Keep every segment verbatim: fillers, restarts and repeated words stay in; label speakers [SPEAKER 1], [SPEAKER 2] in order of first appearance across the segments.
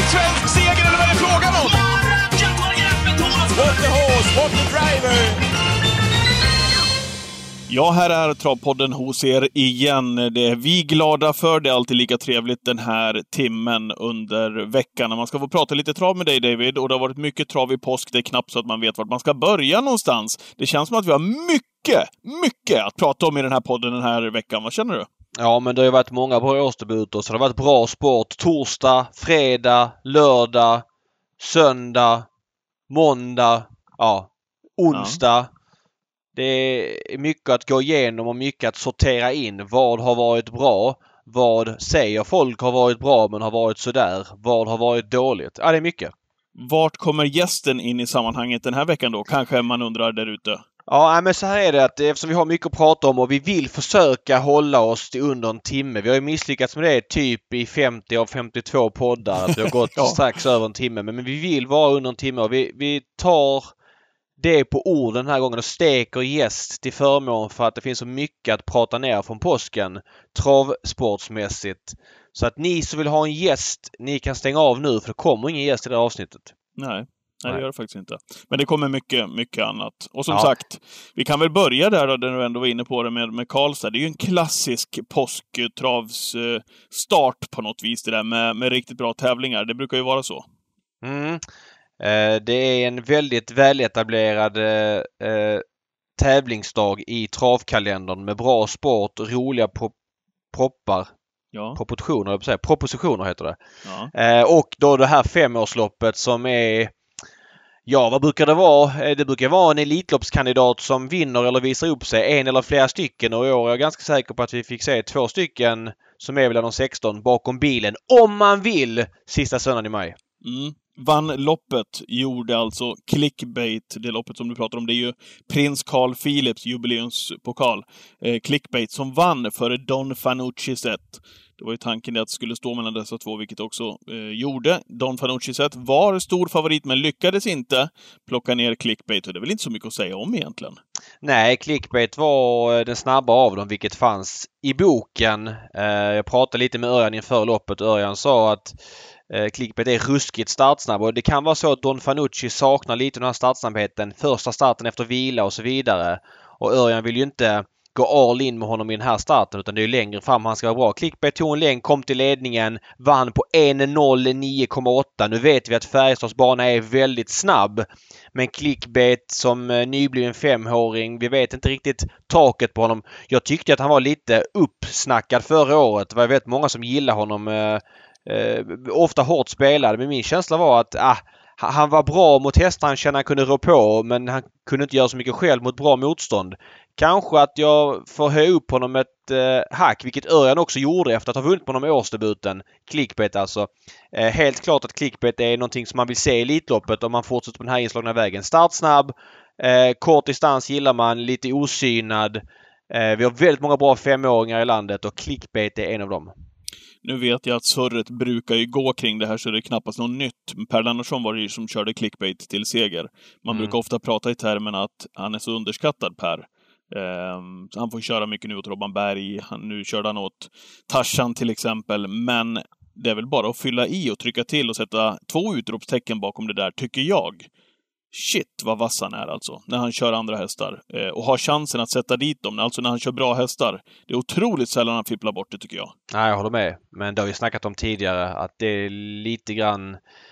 [SPEAKER 1] svensk seger eller vad är det frågan om? What the horse, what the driver? Ja, här är Travpodden hos er igen. Det är vi glada för. Det är alltid lika trevligt den här timmen under veckan. Man ska få prata lite trav med dig, David. Och det har varit mycket trav i påsk. Det är knappt så att man vet vart man ska börja någonstans. Det känns som att vi har mycket, mycket att prata om i den här podden den här veckan. Vad känner du?
[SPEAKER 2] Ja, men det har ju varit många bra årsdebuter. Så det har varit bra sport. Torsdag, fredag, lördag, söndag, måndag, ja, onsdag. Ja. Det är mycket att gå igenom och mycket att sortera in. Vad har varit bra? Vad säger folk har varit bra men har varit sådär? Vad har varit dåligt? Ja, det är mycket.
[SPEAKER 1] Vart kommer gästen in i sammanhanget den här veckan då? Kanske man undrar där ute.
[SPEAKER 2] Ja, men så här är det att eftersom vi har mycket att prata om och vi vill försöka hålla oss till under en timme. Vi har ju misslyckats med det typ i femtio av femtiotvå poddar. Det har gått ja. strax över en timme. Men vi vill vara under en timme och vi, vi tar det på ord den här gången och steker gäst till förmån för att det finns så mycket att prata ner från påsken travsportsmässigt. Så att ni som vill ha en gäst, ni kan stänga av nu för det kommer ingen gäst i det här avsnittet.
[SPEAKER 1] Nej. Nej, det gör det faktiskt inte. Men det kommer mycket, mycket annat. Och som ja. sagt, vi kan väl börja där då, där du ändå var inne på det med, med Karlstad. Det är ju en klassisk påsktravs eh, start på något vis det där med, med riktigt bra tävlingar. Det brukar ju vara så.
[SPEAKER 2] Mm. Eh, det är en väldigt väletablerad eh, tävlingsdag i travkalendern med bra sport, roliga pro- proppar. Ja. Proportioner, jag säga. Propositioner heter det. Ja. Eh, och då det här femårsloppet som är, ja, vad brukar det vara? Det brukar vara en elitloppskandidat som vinner eller visar upp sig, en eller flera stycken. Och i år är jag ganska säker på att vi fick se två stycken som är väl de sexton bakom bilen, om man vill, sista söndagen i maj.
[SPEAKER 1] Mm. Vann loppet gjorde alltså Clickbait, det loppet som du pratar om, det är ju Prins Carl Philips jubileumspokal. Eh, Clickbait som vann före Don Fanucci Zet. Det var ju tanken att det skulle stå mellan dessa två, vilket också eh, gjorde. Don Fanucci Zet var stor favorit men lyckades inte plocka ner Clickbait. Och det är väl inte så mycket att säga om egentligen.
[SPEAKER 2] Nej, Clickbait var den snabba av dem, vilket fanns i boken. Eh, jag pratade lite med Örjan inför loppet. Örjan sa att Clickbait är ruskigt startsnabb och det kan vara så att Don Fanucci saknar lite den här startsnabbheten, första starten efter vila och så vidare. Och Örjan vill ju inte gå all in med honom i den här starten utan det är längre fram han ska vara bra. Clickbait tog en längd, kom till ledningen, vann på en noll nio komma åtta. Nu vet vi att Färjestads bana är väldigt snabb. Men Clickbait som nybliven femåring, vi vet inte riktigt taket på honom. Jag tyckte att han var lite uppsnackad förra året. Jag vet många som gillar honom. Uh, ofta hårt spelad, men min känsla var att ah, han var bra mot hästar han kände han kunde rå på, men han kunde inte göra så mycket själv mot bra motstånd. Kanske att jag får höja upp honom ett uh, hack, vilket Örjan också gjorde efter att ha vunnit på honom i årsdebuten. Clickbait alltså. Uh, helt klart att Clickbait är någonting som man vill se i Elitloppet om man fortsätter på den här inslagna vägen. Startsnabb, uh, kort distans gillar man, lite osynad. Uh, vi har väldigt många bra femåringar i landet och Clickbait är en av dem.
[SPEAKER 1] Nu vet jag att surret brukar ju gå kring det här så det är knappast något nytt. Per Landersson var det ju som körde Clickbait till seger. Man mm. brukar ofta prata i termen att han är så underskattad, Per. Eh, han får köra mycket nu åt Robban Berg. Han, nu körde han åt Tarzan till exempel. Men det är väl bara att fylla i och trycka till och sätta två utropstecken bakom det där, tycker jag. Shit vad vass han är alltså, när han kör andra hästar. Eh, och har chansen att sätta dit dem, alltså när han kör bra hästar. Det är otroligt sällan han fipplar bort det, tycker jag.
[SPEAKER 2] Nej, jag håller med. Men det har vi snackat om tidigare, att det är lite grann,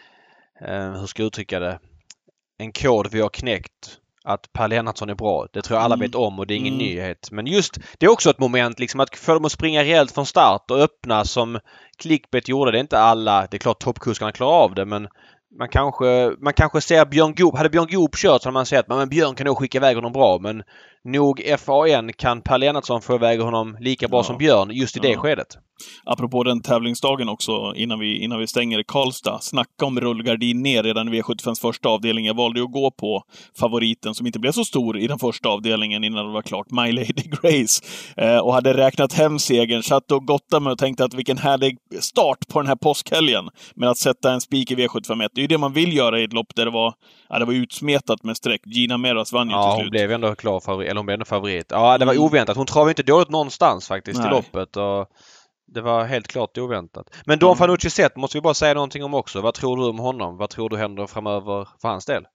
[SPEAKER 2] eh, hur ska jag uttrycka det, en kod vi har knäckt. Att Per Lennartsson är bra. Det tror jag alla mm. vet om och det är ingen mm. nyhet. Men just, det är också ett moment liksom att få dem att springa rejält från start och öppna som Clickbait gjorde. Det är inte alla, det är klart toppkuskarna klarar av det, men Man kanske, man kanske ser Björn Goop. Hade Björn Goop kört så hade man sett att men Björn kan nog skicka iväg honom bra. Men nog F A N kan Per Lennartsson få iväg honom lika bra ja. som Björn just i ja. det skedet.
[SPEAKER 1] Apropå den tävlingsdagen också, innan vi, innan vi stänger Karlstad. Snacka om rullgardin ner redan i V sjuttiofems första avdelning. Jag valde att gå på favoriten som inte blev så stor i den första avdelningen innan det var klart. My Lady Grace. Eh, och hade räknat hem segern. Satt och gottade mig och tänkte att vilken härlig start på den här påskhelgen. Med att sätta en spik i V sjuttiofem ett. Det är ju det man vill göra i ett lopp där det var, ja, det var utsmetat med streck. Gina Meras vann ju
[SPEAKER 2] ja,
[SPEAKER 1] till slut.
[SPEAKER 2] Ja, hon blev ändå klar favorit. Eller hon blev ändå favorit. Ja, det var oväntat. Hon travade inte dåligt någonstans faktiskt Nej. i loppet. Och Det var helt klart oväntat. Men Don mm. Fanucci Zet måste vi bara säga någonting om också. Vad tror du om honom? Vad tror du händer framöver för hans del?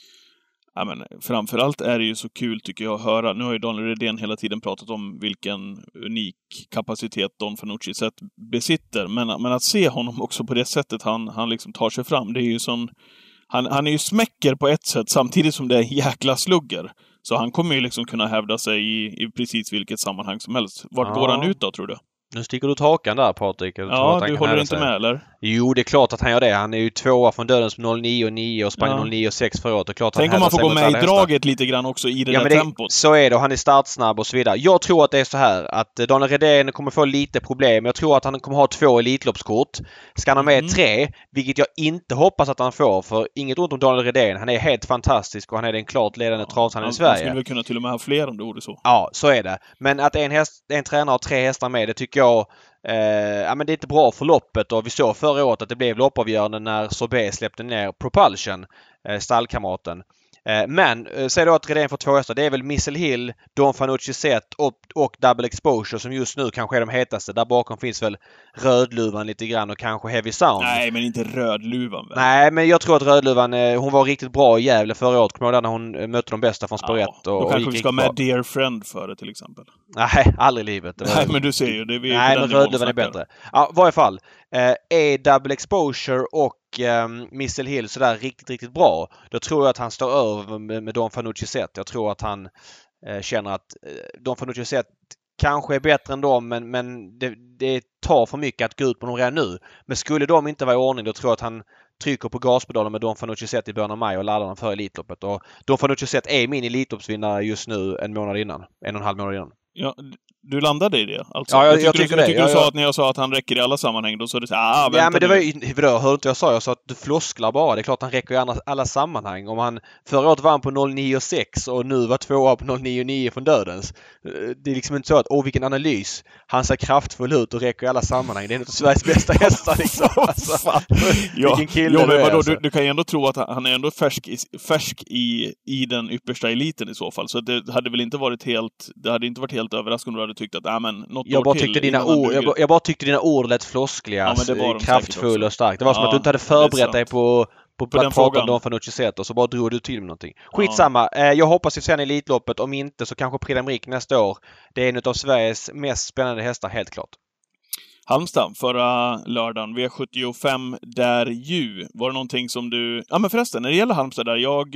[SPEAKER 1] Ja, men framförallt är det ju så kul tycker jag att höra. Nu har ju Daniel Redén hela tiden pratat om vilken unik kapacitet Don Fanucci Zet besitter. Men, men att se honom också på det sättet han, han liksom tar sig fram. Det är ju sån, han, han är ju smäcker på ett sätt samtidigt som det är jäkla slugger. Så han kommer ju liksom kunna hävda sig i, i precis vilket sammanhang som helst. Vart ja. går han ut då, tror du?
[SPEAKER 2] Nu sticker du takan där, Patrik.
[SPEAKER 1] Ja, du håller inte med, eller?
[SPEAKER 2] Jo, det är klart att han gör det. Han är ju tvåa från dödens noll nio nio och sprang ja. noll nio sex förra året. Klart
[SPEAKER 1] Tänk om man får gå med i draget lite grann också i det ja, där det, tempot.
[SPEAKER 2] Så är det, och han är startsnabb och så vidare. Jag tror att det är så här att Daniel Redén kommer få lite problem. Jag tror att han kommer ha två elitloppskort. Ska han ha med mm. tre, vilket jag inte hoppas att han får, för inget ont om Daniel Redén. Han är helt fantastisk och han är den klart ledande ja, travtränaren i Sverige. Han
[SPEAKER 1] skulle väl kunna till och med ha fler om det vore så.
[SPEAKER 2] Ja, så är det. Men att en, häst, en tränare har tre hästar med, det tycker jag Eh, ja, men det är inte bra för loppet, och vi såg förra året att det blev loppavgörande när Sorbet släppte ner Propulsion, eh, stallkamraten. Eh, men eh, säg då att Redén får två hästar. Det är väl Missile Hill, Don Fanucci Zet och, och Double Exposure som just nu kanske är de hetaste. Där bakom finns väl Rödluvan lite grann och kanske Heavy Sound.
[SPEAKER 1] Nej, men inte Rödluvan väl?
[SPEAKER 2] Nej, men jag tror att Rödluvan, eh, hon var riktigt bra i Gävle förra året. Kommer du ihåg när hon mötte de bästa från spår ett?
[SPEAKER 1] Ja,
[SPEAKER 2] och,
[SPEAKER 1] då
[SPEAKER 2] och
[SPEAKER 1] kanske vi ska med Dear Friend före till exempel.
[SPEAKER 2] Nej, aldrig i livet.
[SPEAKER 1] Nej, men du ser ju. Det är
[SPEAKER 2] Nej, men Rödluvan är bättre. Ja, i varje fall. Eh, är Double Exposure och Um, Missile Hill sådär riktigt, riktigt bra. Då tror jag att han står över med, med Don Fanucci Zet. Jag tror att han uh, känner att uh, Don Fanucci Zet kanske är bättre än dem, men, men det, det tar för mycket att gå ut på dem redan nu. Men skulle de inte vara i ordning, då tror jag att han trycker på gaspedalen med Don Fanucci Zet i början av maj och laddar dem för Elitloppet. Och Don Fanucci Zet är min Elitloppsvinnare just nu en månad innan. En och en halv månad innan.
[SPEAKER 1] Ja, du landade i det? Alltså.
[SPEAKER 2] Ja, jag,
[SPEAKER 1] jag,
[SPEAKER 2] jag tycker
[SPEAKER 1] du,
[SPEAKER 2] det.
[SPEAKER 1] Jag tycker
[SPEAKER 2] jag,
[SPEAKER 1] du sa
[SPEAKER 2] jag...
[SPEAKER 1] att när jag sa att han räcker i alla sammanhang, då sa du så ah, vänta
[SPEAKER 2] ja, men det var
[SPEAKER 1] nu.
[SPEAKER 2] ju, vadå, hörde inte jag sa? Jag sa att du flosklar bara. Det är klart han räcker i alla, alla sammanhang. Om han förra året var han på noll nio sex och nu var tvåa på noll nio nio från dödens. Det är liksom inte så att, åh vilken analys. Han ser kraftfull ut och räcker i alla sammanhang. Det är en av Sveriges bästa hästar liksom. Alltså,
[SPEAKER 1] ja, vilken kille ja, men vadå, alltså. du, du kan ju ändå tro att han är ändå färsk, i, färsk i, i den yppersta eliten i så fall. Så det hade väl inte varit helt, det hade inte varit helt överraskande om du hade tyckt att, ja men något
[SPEAKER 2] jag bara tyckte dina ord, jag, bara, jag bara tyckte dina ord lät floskliga, ja, kraftfull och stark. Det var som ja, att du inte hade förberett dig på, på, på, på att prata om Don Fanucci Zet och så bara drog du till med någonting. Skitsamma. Ja. Jag hoppas vi ser en Elitloppet. Om inte så kanske Prix d'Amérique nästa år. Det är en av Sveriges mest spännande hästar, helt klart.
[SPEAKER 1] Halmstad förra lördagen, V sjuttiofem där ju. Var det någonting som du... Ja men förresten, när det gäller Halmstad där, jag...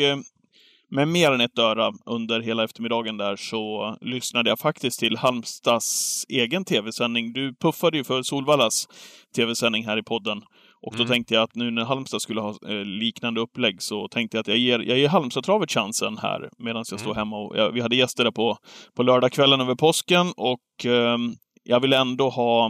[SPEAKER 1] Med mer än ett öra under hela eftermiddagen där så lyssnade jag faktiskt till Halmstads egen tv-sändning. Du puffade ju för Solvallas tv-sändning här i podden. Och då mm. tänkte jag att nu när Halmstad skulle ha eh, liknande upplägg så tänkte jag att jag ger, jag ger Halmstad-travet chansen här medan jag mm. står hemma. Och, ja, vi hade gäster där på, på lördagskvällen över påsken och eh, jag ville ändå ha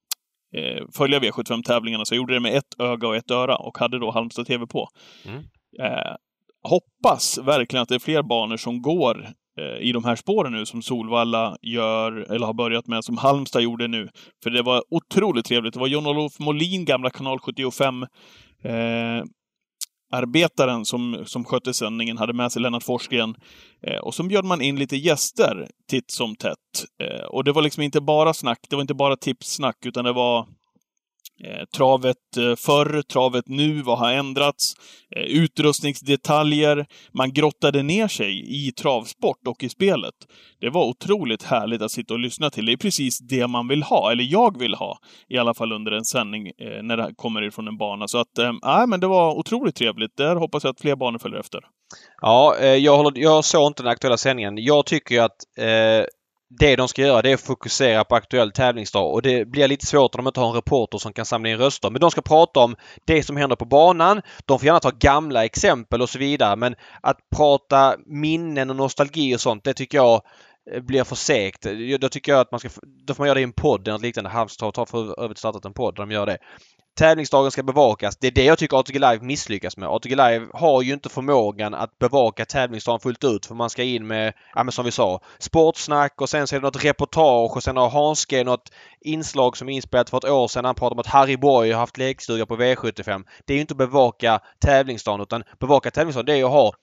[SPEAKER 1] eh, följa V sjuttiofem-tävlingarna så jag gjorde det med ett öga och ett öra och hade då Halmstad T V på. Mm. Eh, hoppas verkligen att det är fler banor som går eh, i de här spåren nu som Solvalla gör eller har börjat med, som Halmstad gjorde nu. För det var otroligt trevligt. Det var Jon-Olof Molin, gamla kanal sjuttiofem eh, arbetaren som, som skötte sändningen, hade med sig Lennart Forsgren eh, och så bjöd man in lite gäster titt som tätt. Eh, och det var liksom inte bara snack, det var inte bara tipssnack utan det var Eh, travet eh, förr, travet nu, vad har ändrats, eh, utrustningsdetaljer, man grottade ner sig i travsport och i spelet. Det var otroligt härligt att sitta och lyssna till. Det är precis det man vill ha, eller jag vill ha, i alla fall under en sändning eh, när det kommer ifrån en bana. Så att, eh, men det var otroligt trevligt. Där hoppas jag att fler banor följer efter.
[SPEAKER 2] Ja, eh, jag, håller, jag såg inte den aktuella sändningen. Jag tycker att eh... det de ska göra, det är att fokusera på aktuell tävlingsdag och det blir lite svårt om de inte har en reporter som kan samla in röster. Men de ska prata om det som händer på banan. De får gärna ta gamla exempel och så vidare. Men att prata minnen och nostalgi och sånt, det tycker jag blir för segt. Då tycker jag att man ska, då får man göra det i en podd eller liknande. Halmstad har för övrigt startat en podd där de gör det. Tävlingsdagen ska bevakas. Det är det jag tycker A T G Live misslyckas med. A T G Live har ju inte förmågan att bevaka tävlingsdagen fullt ut. För man ska in med, ja men som vi sa, sportsnack och sen så är det något reportage och sen har Hanske något inslag som är inspelat för ett år sedan. Han pratar om att Harry Borg har haft lekstuga på V sjuttiofem. Det är ju inte att bevaka tävlingsdagen utan bevaka tävlingsdagen det är att ha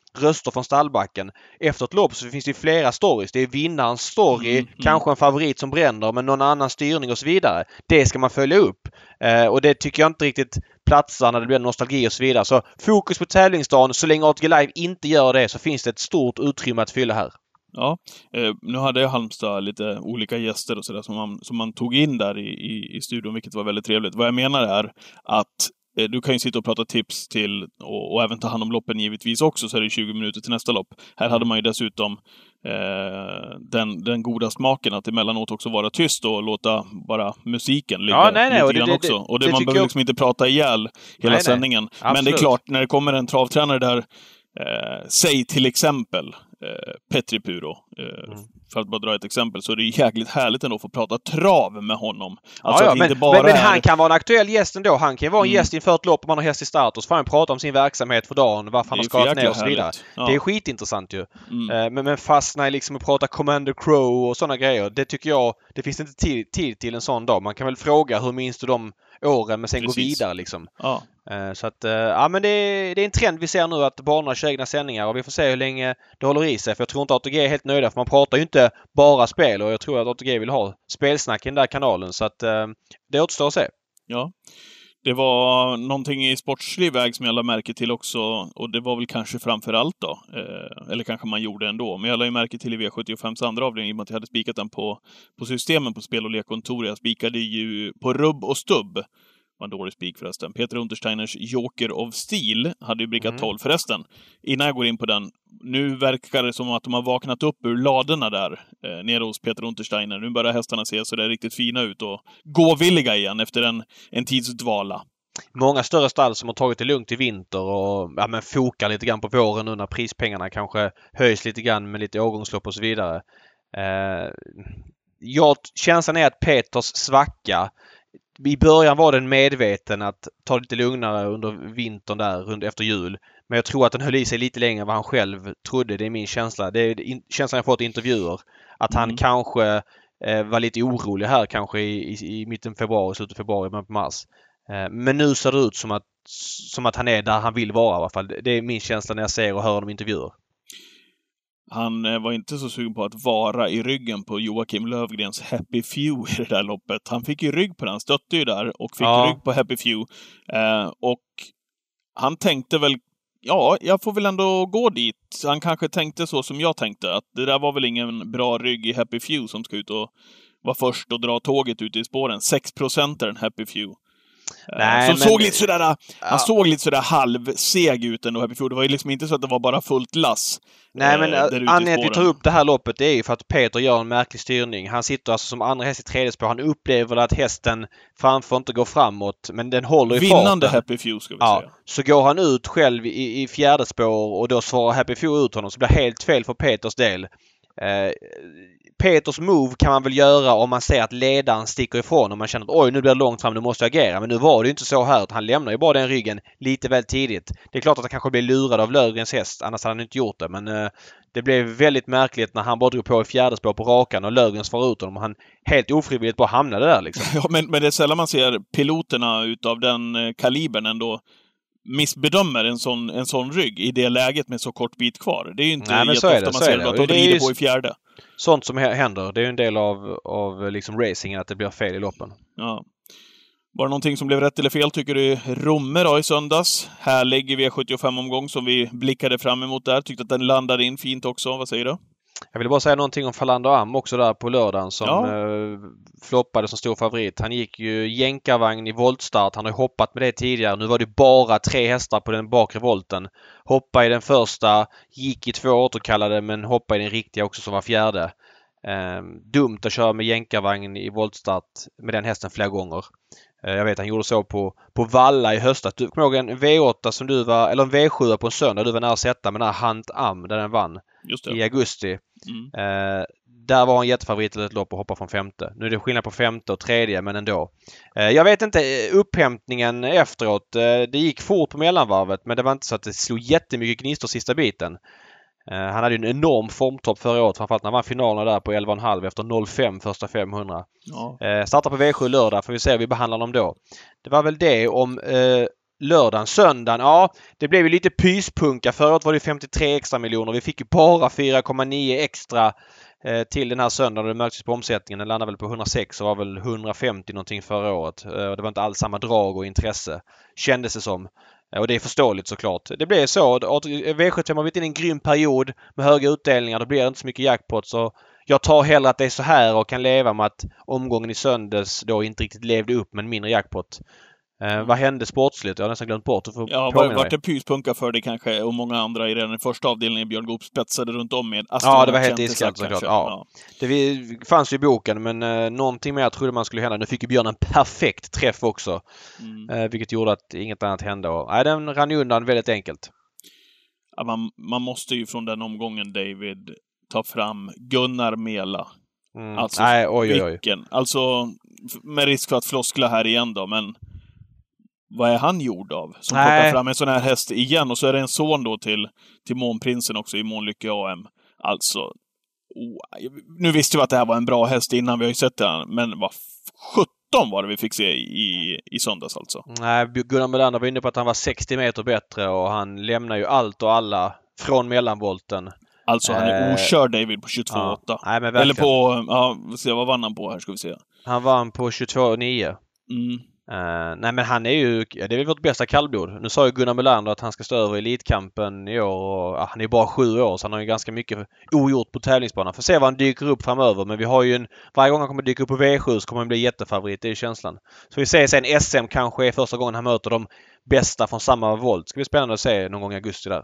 [SPEAKER 2] röster från stallbacken. Efter ett lopp så finns det flera stories. Det är vinnarens story,
[SPEAKER 1] Mm, mm.
[SPEAKER 2] kanske en favorit som bränner, men någon annan styrning och så vidare. Det ska man följa upp. Eh, och det tycker jag inte riktigt platsar när det blir nostalgi och så vidare. Så fokus på tävlingsdagen. Så länge A T G Live inte gör det så finns det ett stort utrymme att fylla här.
[SPEAKER 1] Ja, eh, nu hade Halmstad lite olika gäster och sådär som man, som man tog in där i, i, i studion, vilket var väldigt trevligt. Vad jag menar är att eh, du kan ju sitta och prata tips till och, och även ta hand om loppen givetvis också, så är det tjugo minuter till nästa lopp. Här hade man ju dessutom eh, den, den goda smaken att emellanåt också vara tyst och låta bara musiken ligga
[SPEAKER 2] ja, nej, nej,
[SPEAKER 1] lite
[SPEAKER 2] och det,
[SPEAKER 1] grann
[SPEAKER 2] det,
[SPEAKER 1] också. Och det,
[SPEAKER 2] det
[SPEAKER 1] man behöver
[SPEAKER 2] jag...
[SPEAKER 1] liksom inte prata ihjäl hela
[SPEAKER 2] nej,
[SPEAKER 1] sändningen.
[SPEAKER 2] Nej,
[SPEAKER 1] men det är klart, när det kommer en travtränare där, Eh, säg till exempel eh, Petri Puro, eh, mm. för att bara dra ett exempel, så är det jäkligt härligt ändå att få prata trav med honom. Alltså
[SPEAKER 2] ja,
[SPEAKER 1] att
[SPEAKER 2] ja,
[SPEAKER 1] inte
[SPEAKER 2] men,
[SPEAKER 1] bara
[SPEAKER 2] men, men
[SPEAKER 1] är...
[SPEAKER 2] han kan vara en aktuell gäst ändå. Han kan vara en
[SPEAKER 1] mm.
[SPEAKER 2] gäst inför ett lopp om man har häst i start och så får han prata om sin verksamhet för dagen, varför han har skadat ner och så vidare. Ja. Det är skitintressant ju. Mm. Eh, men, men fastna i liksom att prata Commander Crow och sådana grejer, det tycker jag, det finns inte tid, tid till en sån dag. Man kan väl fråga hur minns du de åren men sen Precis. gå vidare liksom.
[SPEAKER 1] Ja.
[SPEAKER 2] Så att, ja men det är, det är en trend vi ser nu att banorna kör egna sändningar och vi får se hur länge det håller i sig. För jag tror inte att A T G är helt nöjda, för man pratar ju inte bara spel och jag tror att A T G vill ha spelsnack i den där kanalen. Så att det återstår att se.
[SPEAKER 1] Ja. Det var någonting i sportslig väg som jag lade märke till också, och det var väl kanske framför allt då, eh, eller kanske man gjorde ändå, men jag lade märke till i V sjuttiofems andra avdelning i och med att jag hade spikat den på, på systemen på spel- och lekkontor. Jag spikade ju på rubb och stubb. Det var en dålig spik förresten. Peter Untersteiners Joker of Steel hade ju brickat mm. tolv förresten. Innan jag går in på den, nu verkar det som att de har vaknat upp ur ladorna där eh, nere hos Peter Untersteiner. Nu börjar hästarna se så det är riktigt fina ut och gåvilliga igen efter en, en tids dvala.
[SPEAKER 2] Många större stall som har tagit det lugnt i vinter och ja, men fokar lite grann på våren nu när prispengarna kanske höjs lite grann med lite årgångslopp och så vidare. Eh, jag, känslan är att Peters svacka, i början var den medveten att ta det lite lugnare under vintern där runt efter jul. Men jag tror att den höll i sig lite längre än vad han själv trodde. Det är min känsla. Det är in, känslan jag fått i intervjuer. Att han mm. kanske eh, var lite orolig här kanske i, i, i mitten februari, slutet februari, men på mars. Eh, men nu ser det ut som att, som att han är där han vill vara i alla fall. Det är min känsla när jag ser och hör honom i intervjuer.
[SPEAKER 1] Han var inte så sugen på att vara i ryggen på Joakim Lövgrens Happy Few i det där loppet. Han fick ju rygg på den, stötte ju där och fick ja. rygg på Happy Few. Eh, och han tänkte väl, ja, jag får väl ändå gå dit. Han kanske tänkte så som jag tänkte, att det där var väl ingen bra rygg i Happy Few som ska ut och vara först och dra tåget ut i spåren. sex procent är en Happy Few. Nej, som men... såg lite sådär, ja. Han såg lite sådär halvseg ut ändå. Det var ju liksom inte så att det var bara fullt lass.
[SPEAKER 2] Nej, men äh, anledningen till att ta upp det här loppet, det är ju för att Peter gör en märklig styrning. Han sitter alltså som andra häst i tredje spår. Han upplever att hästen framför inte går framåt, men den håller i
[SPEAKER 1] Vinnande
[SPEAKER 2] farten.
[SPEAKER 1] Happy Few ska vi
[SPEAKER 2] ja.
[SPEAKER 1] säga.
[SPEAKER 2] Så går han ut själv i, i fjärde spår och då svarar Happy Few ut honom, så blir det helt fel för Peters del. Eh, Peters move kan man väl göra om man ser att ledaren sticker ifrån och man känner att oj, nu blir det långt fram, nu måste jag agera. Men nu var det ju inte så här. Han lämnar ju bara den ryggen lite väl tidigt. Det är klart att han kanske blir lurad av Lövgrens häst, annars hade han inte gjort det. Men eh, det blev väldigt märkligt när han bara drog på i fjärde spår på rakan och Lövgren svarade ut honom och han helt ofrivilligt bara hamnade där liksom.
[SPEAKER 1] Ja, men, men det är sällan man ser piloterna utav den eh, kalibern ändå missbedömer en sån, en sån rygg i det läget med så kort bit kvar. Det är ju inte
[SPEAKER 2] Nej,
[SPEAKER 1] jätteofta man ser att de rider på i fjärde.
[SPEAKER 2] Sånt som händer. Det är ju en del av, av liksom racingen, att det blir fel i loppen.
[SPEAKER 1] Ja. Var det någonting som blev rätt eller fel tycker du? Romme då i söndags. Här lägger vi V sjuttiofem-omgång som vi blickade fram emot där. Tyckte att den landade in fint också. Vad säger du?
[SPEAKER 2] Jag vill bara säga någonting om Falander Am också där på lördagen som ja. eh, floppade som stor favorit. Han gick ju jänkarvagn i voltstart. Han har ju hoppat med det tidigare. Nu var det bara tre hästar på den bakre volten. Hoppa i den första, gick i två återkallade men hoppa i den riktiga också som var fjärde. Eh, dumt att köra med jänkarvagn i voltstart med den hästen flera gånger. Eh, jag vet han gjorde så på, på Valla i höstas. Du kommer ihåg en V åtta som du var, eller en V sju på en söndag du var nära att sätta med den här Hunt Am där den vann.
[SPEAKER 1] Just det.
[SPEAKER 2] I augusti.
[SPEAKER 1] Mm.
[SPEAKER 2] Eh, där var han jättefavorit till ett lopp och hoppa från femte. Nu är det skillnad på femte och tredje, men ändå. Eh, jag vet inte, upphämtningen efteråt. Eh, det gick fort på mellanvarvet, men det var inte så att det slog jättemycket gnistor sista biten. Eh, han hade ju en enorm formtopp förra året, framförallt när han vann finalerna där på elva komma fem efter noll fem första femhundra.
[SPEAKER 1] Ja.
[SPEAKER 2] Eh, startar på V sju lördag, får vi se hur vi behandlar dem då. Det var väl det om... Eh, lördagen. Söndagen, ja, det blev ju lite pyspunka. Förra året var det femtiotre extra miljoner. Vi fick ju bara fyra komma nio extra eh, till den här söndagen. Det märktes på omsättningen. Den landade väl på hundrasex och var väl hundrafemtio någonting förra året. Eh, det var inte alls samma drag och intresse, kändes det som. Och det är förståeligt såklart. Det blev så. V sjuttiofem har varit in i en grym period med höga utdelningar. Då blir det inte så mycket jackpot. Så jag tar hellre att det är så här och kan leva med att omgången i söndags då inte riktigt levde upp med en mindre jackpot. Eh, vad hände sportsligt? Jag har nästan glömt bort.
[SPEAKER 1] Ja, var, vart det pyspunka för det kanske och många andra i den första avdelningen Björn Goop spetsade runt om med
[SPEAKER 2] Aston. Ja, det var helt iskallt såklart. Ja. Ja. Det fanns ju i boken, men eh, någonting mer trodde man skulle hända. Nu fick ju Björn en perfekt träff också. Mm. Eh, vilket gjorde att inget annat hände. Och, nej, den rann undan väldigt enkelt.
[SPEAKER 1] Ja, man, man måste ju från den omgången, David, ta fram Gunnar Mela.
[SPEAKER 2] Mm. Alltså, nej, oj, oj, oj.
[SPEAKER 1] Vilken, alltså, med risk för att floskla här igen då, men vad är han gjord av? Som Nej. plockar fram en sån här häst igen. Och så är det en son då till, till Månprinsen också i Månlycke A M. Alltså, oh, nu visste vi att det här var en bra häst innan vi har ju sett den. Men vad sjutton var det vi fick se i, i söndags alltså?
[SPEAKER 2] Nej, Gunnar Melander var inne på att han var sextio meter bättre och han lämnar ju allt och alla från mellanvolten.
[SPEAKER 1] Alltså han är okörd, David, på tjugotvå åtta.
[SPEAKER 2] Ja. Nej, men
[SPEAKER 1] eller på, ja, vad vann han på här ska vi se.
[SPEAKER 2] Han vann på tjugotvå nio.
[SPEAKER 1] Mm.
[SPEAKER 2] Uh, nej men han är ju, det är väl vårt bästa kallblod. Nu sa ju Gunnar Melander att han ska stå över elitkampen i år och uh, han är bara sju år så han har ju ganska mycket ogjort på tävlingsbanan. Får se vad han dyker upp framöver, men vi har ju en, varje gång han kommer dyka upp på V sju så kommer han bli jättefavorit, det är ju känslan. Så vi ser sen S M kanske är första gången han möter de bästa från samma volt. Ska bli spännande att se någon gång i augusti där.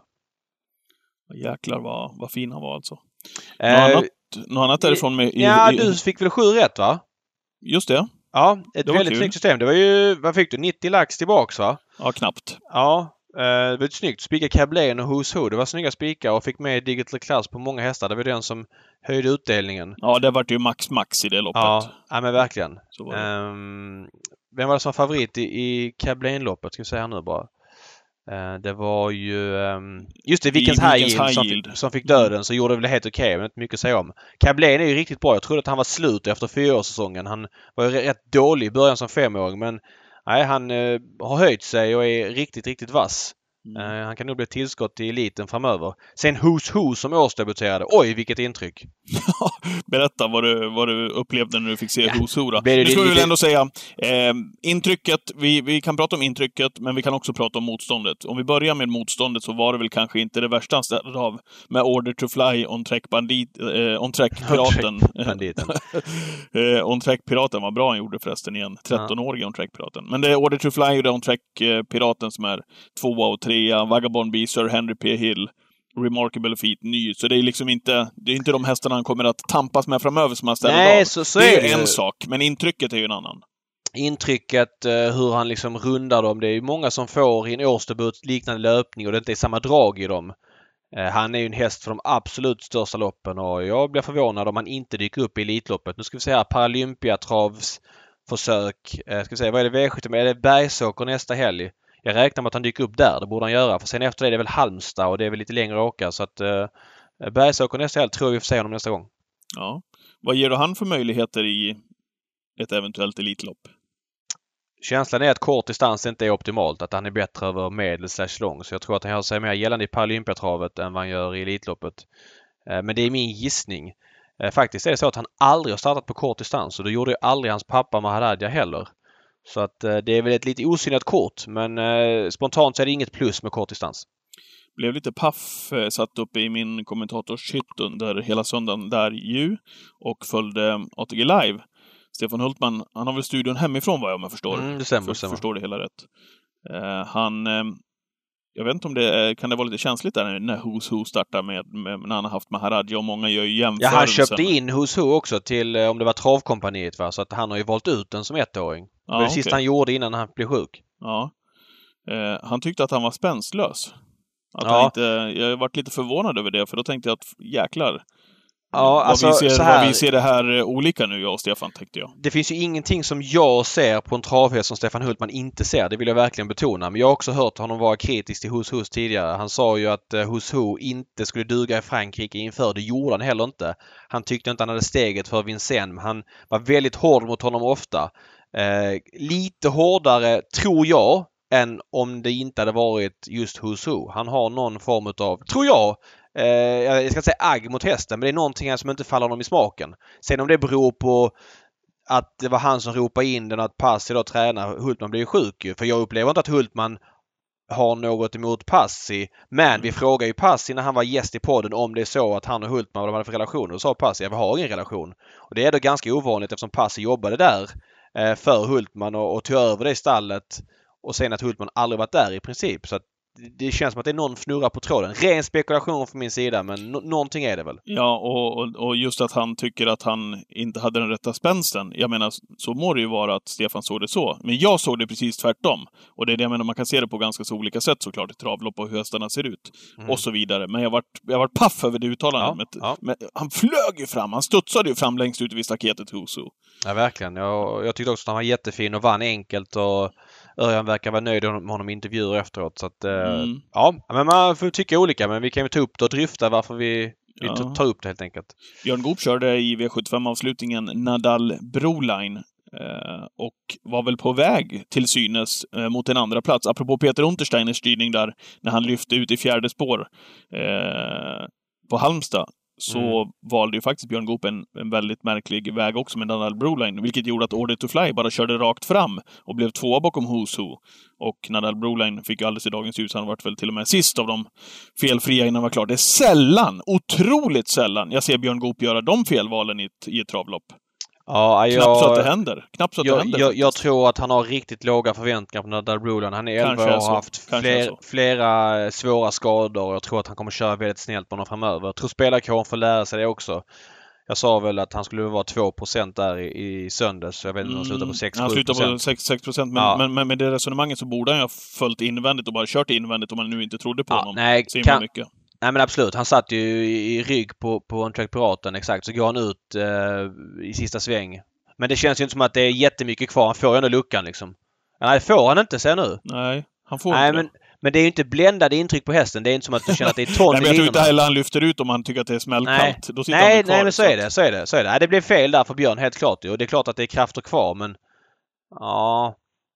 [SPEAKER 1] Jäklar vad, vad fin han var alltså.
[SPEAKER 2] Uh,
[SPEAKER 1] något, annat, något annat därifrån med... I,
[SPEAKER 2] ja,
[SPEAKER 1] i,
[SPEAKER 2] du fick väl sju rätt va?
[SPEAKER 1] Just det.
[SPEAKER 2] Ja, ett väldigt kul. Snyggt system. Det var ju, vad fick du? nittio lax tillbaks va?
[SPEAKER 1] Ja, knappt.
[SPEAKER 2] Ja, eh, det var ett snyggt. Spika Cablain och Who's Who. Det var snygga spikar och fick med Digital Class på många hästar. Det var den som höjde utdelningen.
[SPEAKER 1] Ja, det var ju max max i det loppet.
[SPEAKER 2] Ja, ja men verkligen. Um, vem var det som var favorit i, i Cablain-loppet? Ska vi säga här nu bara. Uh, det var ju... Um, just det, Vickens High Yield som, fick, som fick döden så gjorde det väl helt okej. Okay, men inte mycket att säga om. Cablain är ju riktigt bra. Jag trodde att han var slut efter fyraårssäsongen. Han var ju rätt dålig i början som femåring. Men nej, han uh, har höjt sig och är riktigt, riktigt vass. Mm. Uh, han kan nog bli tillskott i eliten framöver. Sen Who's Who som årsdebuterade. Oj, vilket intryck!
[SPEAKER 1] Berätta vad du, vad du upplevde när du fick se ja. Who's Who då. Nu ska vi väl ändå säga eh, intrycket, vi, vi kan prata om intrycket men vi kan också prata om motståndet. Om vi börjar med motståndet så var det väl kanske inte det värsta han av med Order to Fly, On Track Bandit, eh, On Track Piraten. eh, On Track Piraten var bra han gjorde förresten igen. tretton-årig On Track Piraten. Men det är Order to Fly och det är On Track eh, Piraten som är tvåa och trea. Vagabond B, Sir Henry P. Hill, Remarkable Feat, ny. Så det är liksom inte, det är inte de hästarna han kommer att tampas med framöver som han ställer
[SPEAKER 2] Nej,
[SPEAKER 1] av.
[SPEAKER 2] Så, så
[SPEAKER 1] det är,
[SPEAKER 2] är
[SPEAKER 1] ju
[SPEAKER 2] det.
[SPEAKER 1] en sak, men intrycket är ju en annan.
[SPEAKER 2] Intrycket, hur han liksom rundar dem. Det är ju många som får i en årsdebut liknande löpning och det inte är samma drag i dem. Han är ju en häst för de absolut största loppen och jag blir förvånad om han inte dyker upp i Elitloppet. Nu ska vi se här, Paralympiatravs försök. Ska vi se, vad är det V sjuttiofem? Är det Bergsåker nästa helg? Jag räknar med att han dyker upp där. Det borde han göra. För sen efter det är det väl Halmstad och det är väl lite längre att åka. Så att eh, Bergsåker nästa helg tror vi får se honom nästa gång.
[SPEAKER 1] Ja. Vad ger då han för möjligheter i ett eventuellt elitlopp?
[SPEAKER 2] Känslan är att kort distans inte är optimalt. Att han är bättre över medel slash lång. Så jag tror att han har sig mer gällande i Paralympiatravet än vad han gör i Elitloppet. Eh, men det är min gissning. Eh, faktiskt är det så att han aldrig har startat på kort distans. Och det gjorde ju aldrig hans pappa Maharadja heller. Så att eh, det är väl ett lite osynligt kort. Men eh, spontant så är det inget plus med kort distans.
[SPEAKER 1] Blev lite paff eh, satt uppe i min kommentatorshytt under hela söndagen där ju. Och följde A T G Live. Stefan Hultman, han har väl studion hemifrån vad jag om förstår.
[SPEAKER 2] Mm, det stämmer,
[SPEAKER 1] för,
[SPEAKER 2] stämmer.
[SPEAKER 1] Förstår det hela rätt. Eh, han... Eh, jag vet inte om det är, kan det vara lite känsligt där när Who's Who startar med, med när han har haft Maharadja och många gör ju jämförelser.
[SPEAKER 2] Ja, han köpte in Who's Who också till, om det var Travkompaniet va? Så att han har ju valt ut den som ettåring. Ja, det var det okay. Sista han gjorde innan han blev sjuk.
[SPEAKER 1] Ja. Eh, han tyckte att han var spänslös. Att
[SPEAKER 2] ja.
[SPEAKER 1] han inte, jag har varit lite förvånad över det, för då tänkte jag att jäklar.
[SPEAKER 2] Ja, alltså,
[SPEAKER 1] vad, vi ser,
[SPEAKER 2] så här,
[SPEAKER 1] vad vi ser det här olika nu, jag och Stefan, tänkte jag.
[SPEAKER 2] Det finns ju ingenting som jag ser på en travhäst som Stefan Hultman inte ser. Det vill jag verkligen betona. Men jag har också hört honom vara kritisk till Who's Who tidigare. Han sa ju att Who's Who inte skulle duga i Frankrike inför. Det gjorde han heller inte. Han tyckte inte han hade steget för Vincennes. Han var väldigt hård mot honom ofta. Eh, lite hårdare, tror jag, än om det inte hade varit just Who's Who. Han har någon form av, tror jag, eh, jag ska inte säga agg mot hästen, men det är någonting här som inte faller honom i smaken. Sen om det beror på att det var han som ropade in den och att Passi då tränar. Hultman blir ju sjuk ju. För jag upplever inte att Hultman har något emot Passi. Men mm. vi frågar ju Passi när han var gäst i podden om det är så att han och Hultman, vad de hade för relation. Och sa Passi, jag har ingen relation. Och det är då ganska ovanligt eftersom Passi jobbade där eh, för Hultman och, och tog över det i stallet. Och sen att Hultman aldrig varit där i princip. Så att det känns som att det är någon fnurra på tråden. Ren spekulation från min sida, men no- någonting är det väl.
[SPEAKER 1] Ja, och, och, och just att han tycker att han inte hade den rätta spänsten. Jag menar, så må det ju vara att Stefan såg det så. Men jag såg det precis tvärtom. Och det är det jag menar, man kan se det på ganska så olika sätt såklart. I travlopp och hur hästarna ser ut. Mm. Och så vidare. Men jag var jag var paff över det uttalandet. Ja, ja. Men, han flög ju fram. Han studsade ju fram längst ut vid staketet Who's Who.
[SPEAKER 2] Ja, verkligen. Jag, jag tyckte också att han var jättefin och vann enkelt och Örjan verkar vara nöjd med honom i intervjuer efteråt. Så att, mm. ja, men man får tycka olika. Men vi kan ju ta upp det och dryfta varför vi, vi ja. tar upp det helt enkelt.
[SPEAKER 1] Björn Goop körde i V sjuttiofem-avslutningen Nadal Broline eh, och var väl på väg till synes eh, mot en andra plats. Apropå Peter Untersteiners styrning där, när han lyfte ut i fjärde spår eh, på Halmstad. Så mm. valde ju faktiskt Björn Goop en, en väldigt märklig väg också med Nadal Broline, vilket gjorde att Order to Fly bara körde rakt fram och blev tvåa bakom Who's Who. Och Nadal Broline fick ju alldeles i dagens ljus. Han varit väl till och med sist av de felfria innan det var klart. Det är sällan, otroligt sällan, jag ser Björn Goop göra de felvalen i ett, i ett travlopp.
[SPEAKER 2] Ja, jag,
[SPEAKER 1] Knappt så att det händer. Knappt så att
[SPEAKER 2] jag,
[SPEAKER 1] det händer
[SPEAKER 2] jag, jag tror att han har riktigt låga förväntningar på Nadal Broline. Han är elva och har haft fler, flera svåra skador. Och jag tror att han kommer köra väldigt snällt på honom framöver. Jag tror spelarkåren får lära sig det också. Jag sa väl att han skulle vara två procent där i, i söndags. Så jag vet inte om han slutar på sex procent.
[SPEAKER 1] Han slutar på sex procent. Men, ja. men, men med det resonemanget så borde han ju ha följt invändigt och bara kört invändigt om man nu inte trodde på ja, honom.
[SPEAKER 2] Nej, kan... mycket. Nej men absolut, han satt ju i, i rygg på, på en track Piraten exakt. Så går han ut eh, i sista sväng. Men det känns ju inte som att det är jättemycket kvar. Han får ju ändå luckan liksom. Nej, får han inte, säger nu.
[SPEAKER 1] Nej, han får
[SPEAKER 2] Nej,
[SPEAKER 1] inte.
[SPEAKER 2] Men, men det är ju inte bländade intryck på hästen. Det är inte som att du känner att det är ton.
[SPEAKER 1] Nej, men jag tror inte heller han lyfter ut om han tycker att det är smällkallt. Då sitter
[SPEAKER 2] nej,
[SPEAKER 1] han kvar,
[SPEAKER 2] nej, men så är det. Så är det. Så är det. Nej, det blev fel där för Björn, helt klart. Och det är klart att det är krafter kvar, men... Ja...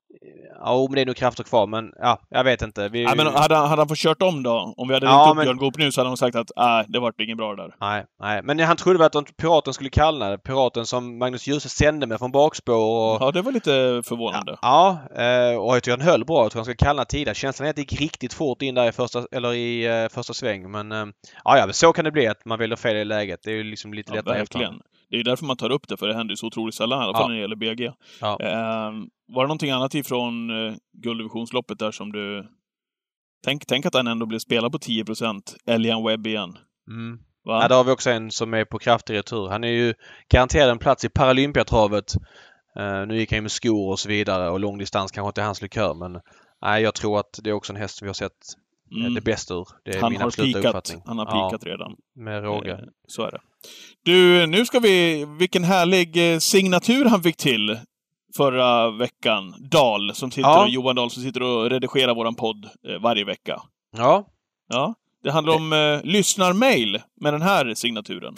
[SPEAKER 2] Ja, men det är nog krafter kvar, men ja, jag vet inte. Vi...
[SPEAKER 1] Nej, men hade han, hade han fått kört om då? Om vi hade ringt ja, upp men... Björn Goop nu så hade han sagt att nej, det var ingen bra där.
[SPEAKER 2] Nej, nej. Men han trodde väl att Piraten skulle kalla det. Piraten som Magnus Djuse sände med från bakspår. Och...
[SPEAKER 1] Ja, det var lite förvånande.
[SPEAKER 2] Ja, ja och jag tycker han höll bra. Jag tror han ska kalla tidigare. Känslan är att det gick riktigt fort in där i första, eller i uh, första sväng. Men uh, ja, ja, så kan det bli att man väljer fel i läget. Det är ju liksom lite
[SPEAKER 1] ja,
[SPEAKER 2] lättare.
[SPEAKER 1] Verkligen. Det är därför man tar upp det, för det händer ju så otroligt sällan, i alla fall ja. när det gäller B G.
[SPEAKER 2] Ja.
[SPEAKER 1] Uh, var det någonting annat ifrån uh, gulddivisionsloppet där som du... Tänk, tänk att han ändå blev spelad på tio procent. Elian Webb igen.
[SPEAKER 2] Mm. Ja, där har vi också en som är på kraftig retur. Han är ju garanterad en plats i Paralympiatravet. Uh, nu gick han med skor och så vidare. Och långdistans kanske inte är hans likör. Men nej, jag tror att det är också en häst som vi har sett mm. det bästa ur. Det är
[SPEAKER 1] han
[SPEAKER 2] min
[SPEAKER 1] har
[SPEAKER 2] absoluta
[SPEAKER 1] pikat,
[SPEAKER 2] uppfattning.
[SPEAKER 1] Han har pikat ja, redan.
[SPEAKER 2] Med råge.
[SPEAKER 1] Eh, så är det. Du, nu ska vi... Vilken härlig eh, signatur han fick till förra veckan. Dahl, som sitter ja. och Johan Dahl som sitter och redigerar våran podd eh, varje vecka.
[SPEAKER 2] Ja.
[SPEAKER 1] Ja. Det handlar om eh, lyssnarmail med den här signaturen.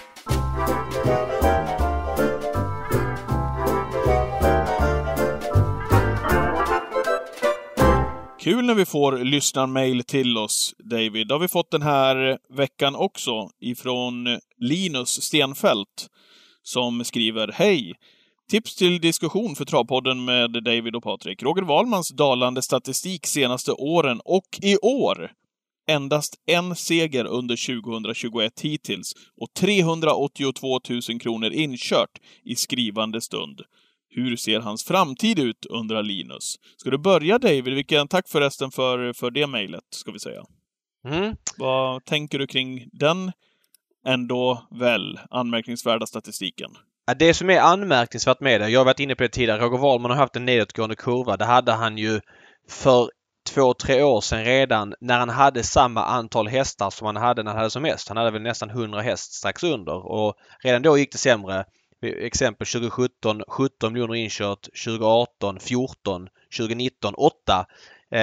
[SPEAKER 1] Kul när vi får lyssnarmail till oss, David. Det har vi fått den här veckan också ifrån Linus Stenfält som skriver: Hej! Tips till diskussion för Travpodden med David och Patrik. Roger Wahlmans dalande statistik senaste åren och i år. Endast en seger under tjugohundratjugoett hittills och trehundraåttiotvåtusen kronor inkört i skrivande stund. Hur ser hans framtid ut, undrar Linus. Ska du börja, David? Vilken tack förresten för, för det mejlet, ska vi säga.
[SPEAKER 2] Mm.
[SPEAKER 1] Vad tänker du kring den ändå väl anmärkningsvärda statistiken?
[SPEAKER 2] Det som är anmärkningsvärt med det, jag har varit inne på det tidigare, Roger Wahlman har haft en nedåtgående kurva. Det hade han ju för två, tre år sedan redan när han hade samma antal hästar som han hade när han hade som mest. Han hade väl nästan hundra häst strax under och redan då gick det sämre. Exempel tjugosjutton, sjutton miljoner inkört, tjugoarton, fjorton, tjugonitton, åtta. Eh,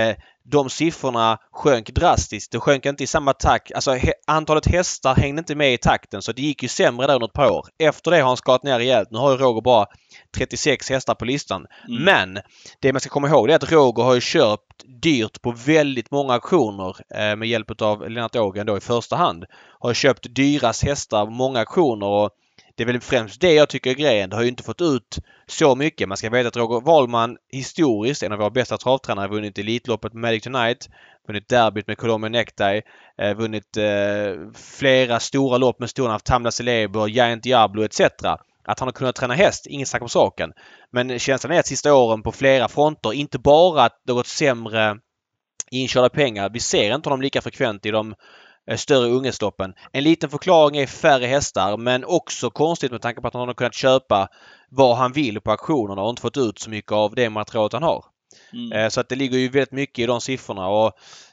[SPEAKER 2] de siffrorna sjönk drastiskt. Det sjönk inte i samma takt. Alltså he- antalet hästar hängde inte med i takten, så det gick ju sämre där under ett par år. Efter det har han skadat ner rejält. Nu har ju Roger bara trettiosex hästar på listan. Mm. Men det man ska komma ihåg är att Roger har ju köpt dyrt på väldigt många auktioner eh, med hjälp av Lennart Ågren då i första hand. Har köpt dyras hästar på många auktioner, och det är väl främst det jag tycker är grejen. Det har ju inte fått ut så mycket. Man ska veta att Roger Wahlman historiskt, en av våra bästa travtränare, vunnit Elitloppet med Magic Tonight, vunnit derbyt med Colombian Necktie, eh, vunnit eh, flera stora lopp med storna av Tamla Celeber, Giant Diablo et cetera. Att han har kunnat träna häst, ingen snack om saken. Men känslan är att sista åren på flera fronter, inte bara att det har gått sämre inkörda pengar. Vi ser inte honom lika frekvent i de större unghästloppen. En liten förklaring är färre hästar, men också konstigt med tanke på att han har kunnat köpa vad han vill på auktionerna och inte fått ut så mycket av det materialet han har. Mm. Så att det ligger ju väldigt mycket i de siffrorna. Och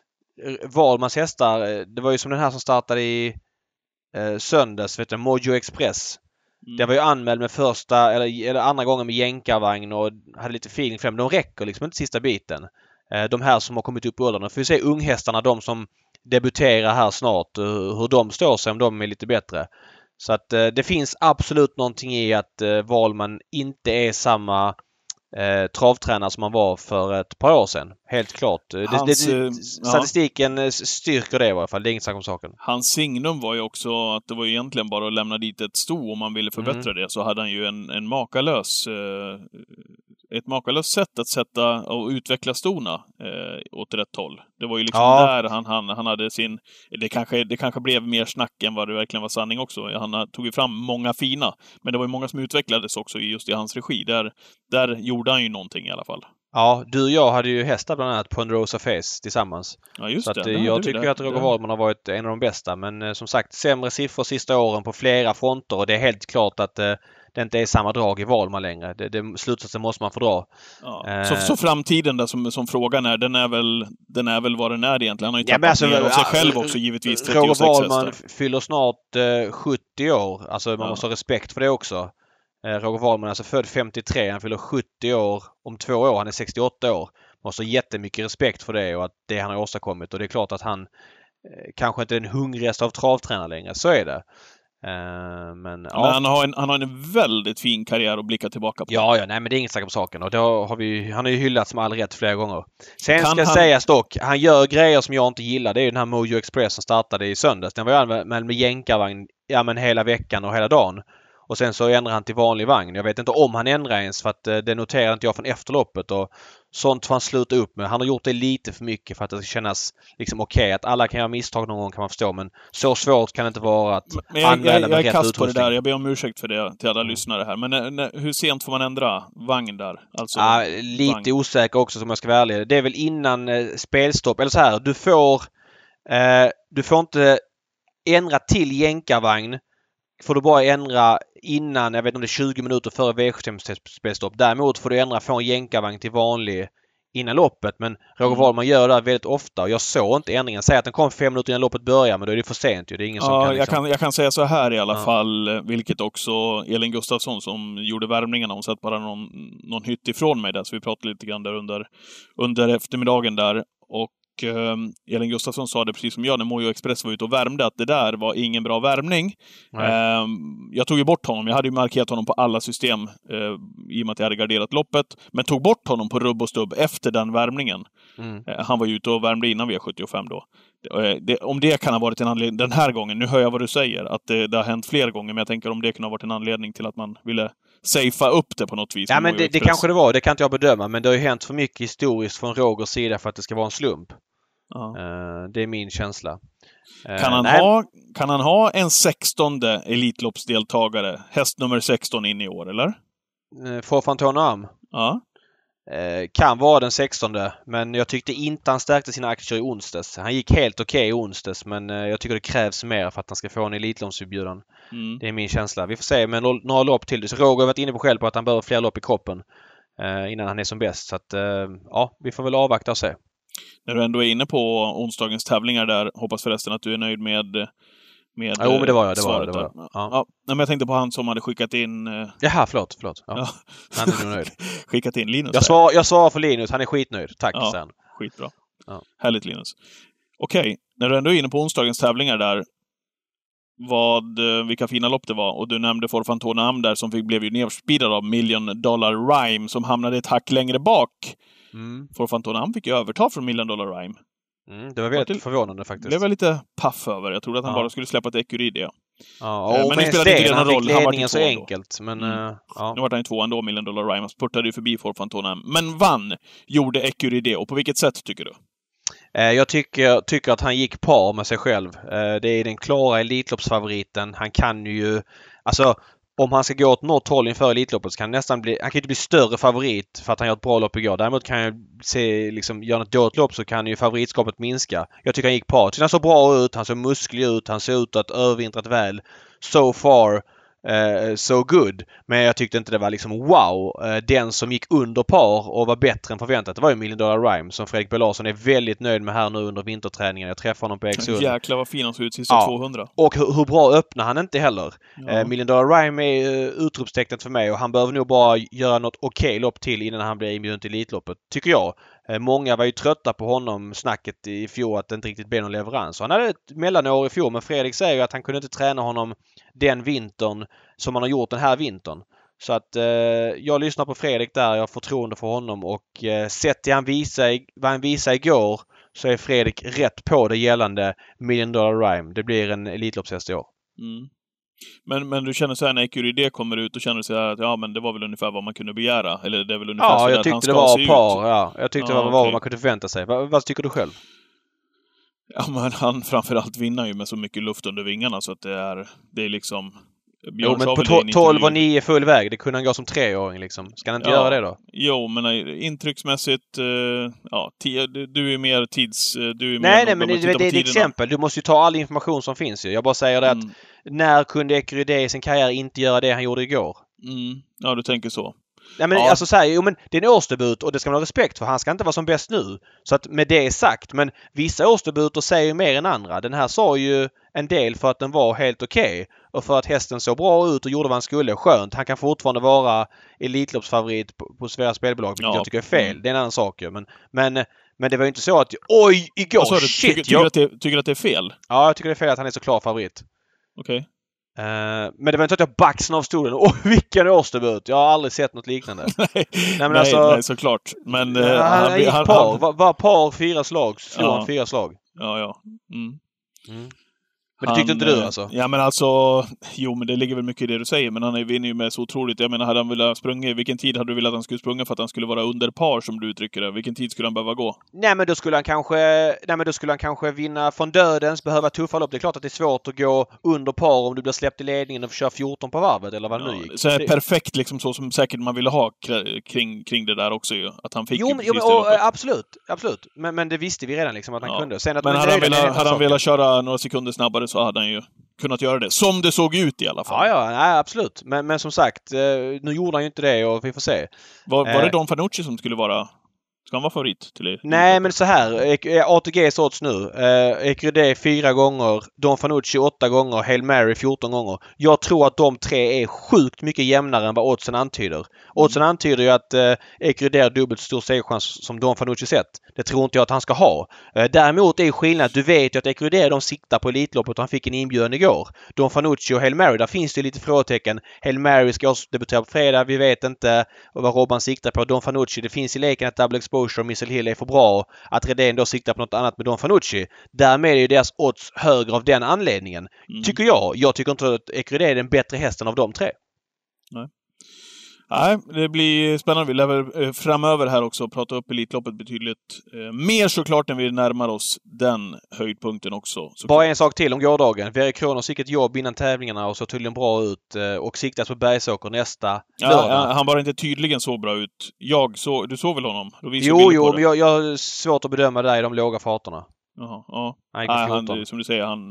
[SPEAKER 2] Wahlmans hästar, det var ju som den här som startade i eh, söndags, vet du, Mojo Express. Mm. Det var ju anmäld med första eller, eller andra gången med jänkarvagn och hade lite feeling för dem. De räcker liksom inte sista biten. Eh, de här som har kommit upp i åldern. Får vi se unghästarna, de som debuterar här snart, hur de står sig, om de är lite bättre. Så att eh, det finns absolut någonting i att eh, Wahlman inte är samma eh, travtränare som han var för ett par år sedan. Helt klart. Hans, det, det, statistiken ja. styrker det i alla fall. Det är inget snack om saken.
[SPEAKER 1] Hans signum var ju också att det var egentligen bara att lämna dit ett sto om man ville förbättra mm. det. Så hade han ju en, en makalös eh, ett makalöst sätt att sätta och utveckla stona eh, åt rätt håll. Det var ju liksom ja. där han, han, han hade sin... Det kanske, det kanske blev mer snack än vad det verkligen var sanning också. Han tog ju fram många fina. Men det var ju många som utvecklades också just i hans regi. Där, där gjorde han ju någonting i alla fall.
[SPEAKER 2] Ja, du och jag hade ju hästar bland annat på en Rosa Face tillsammans.
[SPEAKER 1] Ja, just
[SPEAKER 2] så
[SPEAKER 1] det.
[SPEAKER 2] Att,
[SPEAKER 1] det
[SPEAKER 2] jag tycker det. att Roger Wahlman har varit en av de bästa. Men eh, som sagt, sämre siffror sista åren på flera fronter. Och det är helt klart att eh, det inte är samma drag i Wahlman längre. Det, det slutsatsen måste man få dra.
[SPEAKER 1] Ja. Eh. Så, så framtiden där som, som frågan är, den är, väl, den är väl vad den är egentligen. Han har ju tappat ja, alltså, ner av sig själv också, givetvis.
[SPEAKER 2] Roger Wahlman fyller snart eh, sjuttio år. Alltså man ja. måste ha respekt för det också. Roger Wahlman är alltså född femtiotre, han fyller sjuttio år om två år, han är sextioåtta år. Man måste ha jättemycket respekt för det och att det han har åstadkommit. Och det är klart att han eh, kanske inte är den hungrigaste av travtränare längre, så är det. Uh, men, ja.
[SPEAKER 1] men han, har en, han har en väldigt fin karriär att blicka tillbaka på.
[SPEAKER 2] Ja, ja nej, men det är inget snack om saken. Och då har vi, han har ju hyllats med all rätt flera gånger. Sen kan ska han... sägas dock, han gör grejer som jag inte gillar. Det är ju den här Mojo Express som startade i söndags. Den var ju använd med jänkarvagn ja, men hela veckan och hela dagen. Och sen så ändrar han till vanlig vagn. Jag vet inte om han ändrar ens, för att eh, det noterar inte jag från efterloppet. Och sånt får han sluta upp med. Han har gjort det lite för mycket för att det ska kännas liksom okej. Okay. Att alla kan göra misstag någon gång kan man förstå. Men så svårt kan det inte vara att
[SPEAKER 1] men jag, anmäla jag, jag, med rätt utrustning. Jag är kast på det där. Jag ber om ursäkt för det till alla mm. lyssnare här. Men när, när, hur sent får man ändra vagn där? Alltså,
[SPEAKER 2] ja, lite vagn. Osäker också som jag ska vara ärlig. Det är väl innan eh, spelstopp. Eller så här, du får, eh, du får inte ändra till jänkarvagn. Får du bara ändra innan, jag vet inte om det är tjugo minuter före V sjuttiofem-spelstopp. Däremot får du ändra från jänkarvagn till vanlig innan loppet. Men Roger Wahlman gör det väldigt ofta och jag såg inte ändringen. Säg att den kom fem minuter innan loppet börjar, men då är det för sent ju. Det är ingen som
[SPEAKER 1] ja,
[SPEAKER 2] kan, liksom...
[SPEAKER 1] jag kan jag kan säga så här i alla ja. fall, vilket också Elin Gustafsson som gjorde värmningarna, hon satt bara någon, någon hytt ifrån mig där, så vi pratade lite grann där under, under eftermiddagen där. Och Uh, Elin Gustafsson sa det precis som jag när Mojo Express var ute och värmde, att det där var ingen bra värmning. Uh, jag tog ju bort honom. Jag hade ju markerat honom på alla system uh, i och med att jag hade garderat loppet. Men tog bort honom på rubb och stubb efter den värmningen. Mm. Uh, han var ju ute och värmde innan V sjuttiofem då. Uh, det, om det kan ha varit en anledning den här gången, nu hör jag vad du säger, att det, det har hänt fler gånger, men jag tänker om det kan ha varit en anledning till att man ville safea upp det på något vis.
[SPEAKER 2] Ja, men det, det kanske det var. Det kan inte jag bedöma, men det har ju hänt för mycket historiskt från Rogers sida för att det ska vara en slump. Uh, det är min känsla. Uh,
[SPEAKER 1] kan, han ha, kan han ha en sextonde Elitloppsdeltagare, häst nummer sexton in i år, eller?
[SPEAKER 2] Uh, för Fantonoam?
[SPEAKER 1] Ja.
[SPEAKER 2] Uh, kan vara den sextonde, men jag tyckte inte han stärkte sina aktier i onsdags. Han gick helt okej okay i onsdags, men uh, jag tycker det krävs mer för att han ska få en Elitloppsförbjudan. Mm. Det är min känsla. Vi får se, men några lopp till. Så Roger har varit inne på själv på att han behöver fler lopp i kroppen uh, innan han är som bäst. Så att, uh, ja, vi får väl avvakta och se.
[SPEAKER 1] När du ändå är inne på onsdagens tävlingar där, hoppas förresten att du är nöjd med, med
[SPEAKER 2] jo, men det var jag, det var jag, det var jag. Ja.
[SPEAKER 1] Ja, men jag tänkte på han som hade skickat in...
[SPEAKER 2] Jaha, förlåt, förlåt. Ja.
[SPEAKER 1] Ja.
[SPEAKER 2] Han är nöjd.
[SPEAKER 1] Skickat in Linus.
[SPEAKER 2] Jag svarar, jag svarar för Linus, han är skitnöjd. Tack,
[SPEAKER 1] ja,
[SPEAKER 2] sen.
[SPEAKER 1] Skitbra.
[SPEAKER 2] Ja.
[SPEAKER 1] Härligt, Linus. Okej, okay. När du ändå är inne på onsdagens tävlingar där, vad, vilka fina lopp det var. Och du nämnde Forfantona Am där som fick, blev ju nedspeedad av Million Dollar Rhyme som hamnade ett hack längre bak. Mm. Forfantona Am fick ju överta från Million Dollar Rhyme.
[SPEAKER 2] Mm, det var väldigt till, förvånande faktiskt.
[SPEAKER 1] Det blev lite paff över. Jag trodde att han ja. bara skulle släppa ett Ecuride.
[SPEAKER 2] Ja, och men det spelade inte någon roll. Han var så enkelt. Men, mm. uh, ja.
[SPEAKER 1] Nu var han i två ändå, Million Dollar Rhyme. Han spurtade ju förbi Forfantona Am. Men vann, gjorde Ecuride. Och på vilket sätt tycker du?
[SPEAKER 2] Jag tycker, tycker att han gick par med sig själv. Det är den klara Elitloppsfavoriten. Han kan ju... Alltså, om han ska gå åt något håll inför Elitloppet så kan han nästan bli... Han kan inte bli större favorit för att han gör ett bra lopp igår. Däremot kan jag se, liksom, göra ett dåligt lopp så kan ju favoritskapet minska. Jag tycker han gick par. Han såg bra ut, han såg musklig ut, han såg ut att övervintrat väl. So far... Uh, so good. Men jag tyckte inte det var liksom wow. Uh, den som gick under par och var bättre än förväntat, det var ju Million Dollar Rhyme som Fredrik B. Larsson är väldigt nöjd med här nu under vinterträningen. Jag träffade honom på Eksund.
[SPEAKER 1] Jäklar vad fin han såg ut sista ja. tvåhundra.
[SPEAKER 2] Och hur, hur bra öppnar han inte heller. Ja. Uh, Million Dollar Rhyme är uh, utropstecknet för mig och han behöver nog bara göra något okej okay lopp till innan han blir inbjuden till Elitloppet, tycker jag. Uh, många var ju trötta på honom, snacket i fjol att det inte riktigt blev någon leverans. Han hade ett mellanår i fjol, men Fredrik säger att han kunde inte träna honom den vintern som man har gjort den här vintern. Så att eh, jag lyssnar på Fredrik där. Jag har förtroende för honom och eh, sett till han visade, vad han visade igår så är Fredrik rätt på det gällande Million Dollar Rhyme. Det blir en Elitloppshäst i år.
[SPEAKER 1] Mm. Men, men du känner så här när Ecuride kommer ut och känner så här att ja, men det var väl ungefär vad man kunde begära? Eller det är väl ungefär
[SPEAKER 2] ja,
[SPEAKER 1] så
[SPEAKER 2] jag
[SPEAKER 1] att
[SPEAKER 2] tyckte
[SPEAKER 1] han
[SPEAKER 2] det var par.
[SPEAKER 1] Ut.
[SPEAKER 2] Ja, jag tyckte ja, det var okay. vad man kunde förvänta sig. Vad, vad tycker du själv?
[SPEAKER 1] Ja, men han framförallt vinner ju med så mycket luft under vingarna så att det är, det är liksom...
[SPEAKER 2] Jo, men på to- tolv och nio full väg, det kunde han gå som treåring liksom. Ska han inte ja, göra det då?
[SPEAKER 1] Jo, men intrycksmässigt, uh, ja, t- du är mer tids... Du är
[SPEAKER 2] nej,
[SPEAKER 1] mer
[SPEAKER 2] nej, men det, det, det är ett exempel. Du måste ju ta all information som finns ju. Jag bara säger det mm. att när kunde Ecuride i sin karriär inte göra det han gjorde igår?
[SPEAKER 1] Mm. Ja, du tänker så.
[SPEAKER 2] Nej, men
[SPEAKER 1] ja.
[SPEAKER 2] alltså så här, jo, men det är en årsdebut och det ska man ha respekt för. Han ska inte vara som bäst nu. Så att med det sagt, men vissa årsdebuter säger ju mer än andra. Den här sa ju en del för att den var helt okej. Okay, och för att hästen såg bra ut och gjorde vad han skulle. Skönt. Han kan fortfarande vara Elitloppsfavorit på, på Sveriges spelbolag, vilket ja. jag tycker är fel. Det är en annan sak ju. Men, men, men det var ju inte så att oj, igår, alltså, shit!
[SPEAKER 1] Tycker, tycker, jag... att det, tycker att det är fel?
[SPEAKER 2] Ja, jag tycker det är fel att han är så klar favorit.
[SPEAKER 1] Okej. Okay.
[SPEAKER 2] Uh, men det var inte att jag baxnade av stolen. Åh, oh, vilken årsdebut! Jag har aldrig sett något liknande.
[SPEAKER 1] nej, nej, men alltså, nej, nej, såklart. Men, uh,
[SPEAKER 2] han, han, han gick
[SPEAKER 1] han,
[SPEAKER 2] par.
[SPEAKER 1] Han...
[SPEAKER 2] Var, var par fyra slag. Slår ja. han fyra slag.
[SPEAKER 1] Ja, ja. Mm.
[SPEAKER 2] Mm. Men det tyckte han, inte du alltså?
[SPEAKER 1] Ja, men alltså... Jo, men det ligger väl mycket i det du säger. Men han vinner ju med så otroligt. Jag menar, hade han velat sprunga... Vilken tid hade du velat att han skulle sprunga för att han skulle vara under par, som du uttrycker det? Vilken tid skulle han behöva gå?
[SPEAKER 2] Nej, men då skulle han kanske... Nej, men då skulle han kanske vinna från dödens, behöva tuffa lopp. Det är klart att det är svårt att gå under par om du blir släppt i ledningen och får köra fjorton på varvet, eller vad det
[SPEAKER 1] ja,
[SPEAKER 2] nu gick.
[SPEAKER 1] Så är det perfekt, liksom så som säkert man ville ha kring, kring det där också ju. Att han fick
[SPEAKER 2] jo, men, jo, men, och, absolut, absolut. Men, men det visste vi redan liksom att han ja. kunde. Sen att
[SPEAKER 1] men hade han, velat, hade han velat köra några sekunder snabbare så hade han ju kunnat göra det. Som det såg ut i alla fall.
[SPEAKER 2] Ja, ja, nej, absolut. Men, men som sagt, nu gjorde han ju inte det och vi får se.
[SPEAKER 1] Var, var det Don Fanucci som skulle vara... Ska han vara favorit till er?
[SPEAKER 2] Nej, men så här. A T G:s odds nu. Eh, Ecuride fyra gånger. Don Fanucci åtta gånger. Hail Mary fjorton gånger. Jag tror att de tre är sjukt mycket jämnare än vad oddsen antyder. Oddsen mm. antyder ju att eh, Ecuride har dubbelt så stor segerchans som Don Fanucci sett. Det tror inte jag att han ska ha. Eh, däremot är skillnaden att du vet ju att Ecuride de siktar på Elitloppet och han fick en inbjudan igår. Don Fanucci och Hail Mary, där finns det lite frågetecken. Hail Mary ska också debutera på fredag. Vi vet inte vad Robban siktar på. Don Fanucci, det finns i leken att double exposure och Missile Hill är för bra. Att Redén då siktar på något annat med Don Fanucci. Därmed är ju deras odds högre av den anledningen. Mm. Tycker jag. Jag tycker inte att Ecuride är den bättre hästen av de tre.
[SPEAKER 1] Nej. Nej, det blir spännande. Vi lär väl framöver här också prata upp Elitloppet betydligt eh, mer såklart när vi närmar oss den höjdpunkten också. Såklart.
[SPEAKER 2] Bara en sak till om gårdagen. Verre Kronos fick ett jobb innan tävlingarna och så tydligen bra ut eh, och siktas på Bergsåker nästa
[SPEAKER 1] ja, lördag. Han var inte tydligen så bra ut. Jag så, du såg väl honom?
[SPEAKER 2] Jo, jo, men jag, jag har svårt att bedöma det där i de låga farterna.
[SPEAKER 1] Jaha, ja. Nej, han, som du säger, han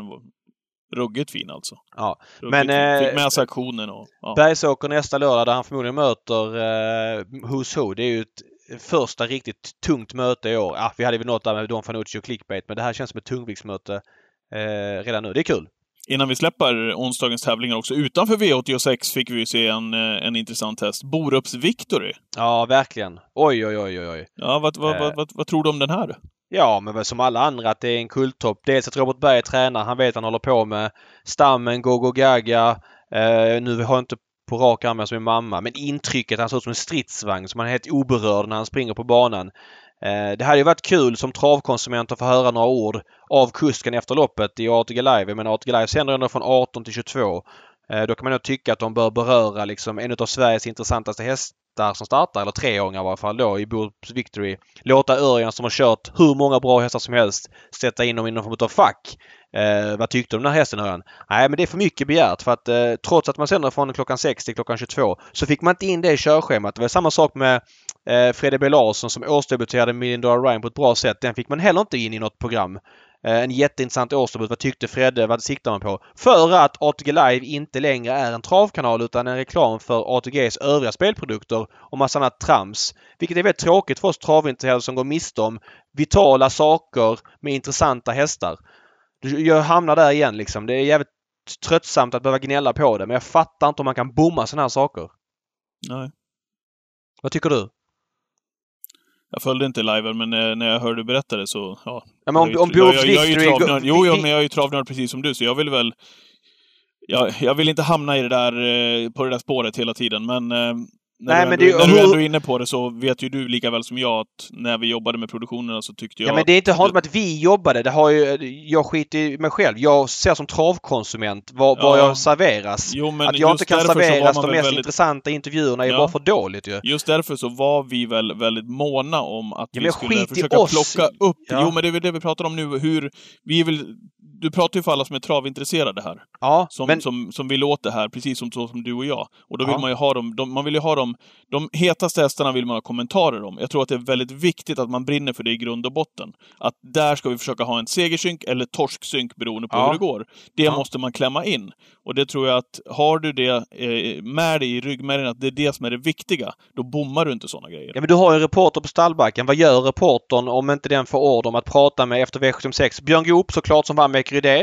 [SPEAKER 1] ruggigt fin alltså.
[SPEAKER 2] Ja,
[SPEAKER 1] ruggigt
[SPEAKER 2] men
[SPEAKER 1] fin. Fick med sig aktionen och ja.
[SPEAKER 2] Bergsåker nästa lördag där han förmodligen möter eh, Who's Who. Det är ju ett första riktigt tungt möte i år. Ja, vi hade väl något där med Don Fanucci och Clickbait, men det här känns som ett tungviktsmöte eh, redan nu. Det är kul.
[SPEAKER 1] Innan vi släpper onsdagens tävlingar också utanför V åttiosex fick vi se en, en intressant häst. Borups Victory.
[SPEAKER 2] Ja, verkligen. Oj, oj, oj, oj.
[SPEAKER 1] Ja, vad, vad, eh. vad, vad, vad tror du om den här?
[SPEAKER 2] Ja, men som alla andra att det är en kulttopp. Dels att Robert Berg är tränare. Han vet att han håller på med stammen, Gogo Gaga. Eh, nu har jag inte på rak arm som min mamma. Men intrycket, han ser ut som en stridsvagn. Som han är helt oberörd när han springer på banan. Eh, det hade ju varit kul som travkonsument att få höra några ord av kusken efter loppet i A T G Live. Men A T G Live sänder ändå från arton till tjugotvå. Eh, då kan man nog tycka att de bör beröra liksom en av Sveriges intressantaste hästar som startar, eller tre gånger i alla fall då, i Boops Victory. Låta Örjan som har kört hur många bra hästar som helst sätta in dem i någon form av fack. Eh, vad tyckte du om den här hästen, Örjan? Nej, men det är för mycket begärt för att eh, trots att man sänder från klockan sex till klockan tjugotvå så fick man inte in det i körschemat. Det var samma sak med eh, Fredde B. Larsson som årsdebuterade Million Dollar Ryan på ett bra sätt. Den fick man heller inte in i något program. En jätteintressant årsdebut. Vad tyckte Fredde? Vad siktar man på? För att A T G Live inte längre är en travkanal utan en reklam för A T Gs övriga spelprodukter och massa annat trams. Vilket är väldigt tråkigt för oss travintresserade som går miste om vitala saker med intressanta hästar. Jag hamnar där igen liksom. Det är jävligt tröttsamt att behöva gnälla på det. Men jag fattar inte om man kan bomma sådana här saker.
[SPEAKER 1] Nej.
[SPEAKER 2] Vad tycker du?
[SPEAKER 1] Jag följde inte live, men när jag hörde berätta det så... Ja,
[SPEAKER 2] ja men om, om Björns Victory...
[SPEAKER 1] Jo, jo, men jag är ju travnörd precis som du, så jag vill väl... Jag, jag vill inte hamna i det där, på det där spåret hela tiden, men... När, Nej, du, men ändå, det, när du ändå är inne på det så vet ju du lika väl som jag att när vi jobbade med produktionerna så tyckte jag...
[SPEAKER 2] Ja, men det är inte handlat om att vi jobbade. Det har ju, jag skiter i mig själv. Jag ser som travkonsument vad, ja. vad jag serveras. Jo, men att jag inte kan serveras de mest väldigt... intressanta intervjuerna är ja. bara för dåligt ju.
[SPEAKER 1] Just därför så var vi väl väldigt måna om att ja, vi skulle försöka oss. plocka upp... Ja. Jo, men det är det vi pratar om nu. Hur vi vill... Du pratar ju för alla som är travintresserade här.
[SPEAKER 2] Ja,
[SPEAKER 1] som,
[SPEAKER 2] men...
[SPEAKER 1] som, som vill åt det här, precis som, så som du och jag. Och då vill ja. man ju ha dem, de, man vill ju ha dem, de hetaste hästarna vill man ha kommentarer om. Jag tror att det är väldigt viktigt att man brinner för det i grund och botten. Att där ska vi försöka ha en segersynk eller torsksynk beroende på ja. hur det går. Det ja. måste man klämma in. Och det tror jag att har du det eh, med dig i ryggmärgen att det är det som är det viktiga, då bommar du inte sådana grejer. Ja,
[SPEAKER 2] men du har ju en reporter på stallbacken. Vad gör reportern om inte den får order om att prata med efter V sjuttiosex? Björn Goop såklart som vann med Idé.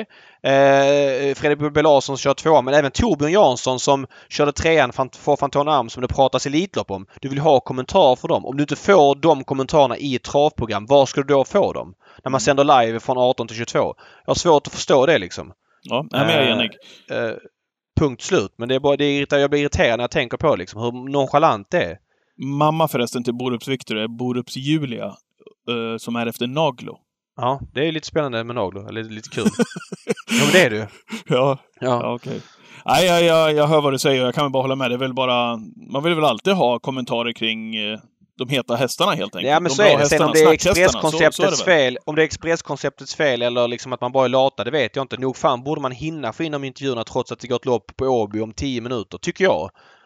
[SPEAKER 2] Eh, Fredrik B. Larsson kör två, men även Torbjörn Jansson som körde trean för Fanton Arm som det pratas elitlopp om. Du vill ha kommentarer för dem. Om du inte får de kommentarerna i ett travprogram, var ska du då få dem? När man sänder live från arton till tjugotvå. Jag har svårt att förstå det liksom.
[SPEAKER 1] Ja, jag är enig.
[SPEAKER 2] Eh, eh, punkt slut. Men det är bara, det är, jag blir irriterad när jag tänker på liksom, hur nonchalant det är.
[SPEAKER 1] Mamma förresten till Borups Victor är Borups Julia eh, som är efter Naglo.
[SPEAKER 2] Ja, det är lite spännande med Naglo. Eller lite kul. Ja, men det är det ju.
[SPEAKER 1] Ja, ja. ja okej. Okay. Nej, jag, jag, jag hör vad du säger. Jag kan väl bara hålla med. Det är väl bara... Man vill väl alltid ha kommentarer kring eh, de heta hästarna helt enkelt.
[SPEAKER 2] Ja, men
[SPEAKER 1] de
[SPEAKER 2] så är det. Sen om det är expresskonceptets fel, om det är expresskonceptets fel eller liksom att man bara är lata, det vet jag inte. Nog fan borde man hinna få in de intervjuerna trots att det gått lopp på Åby om tio minuter, tycker jag.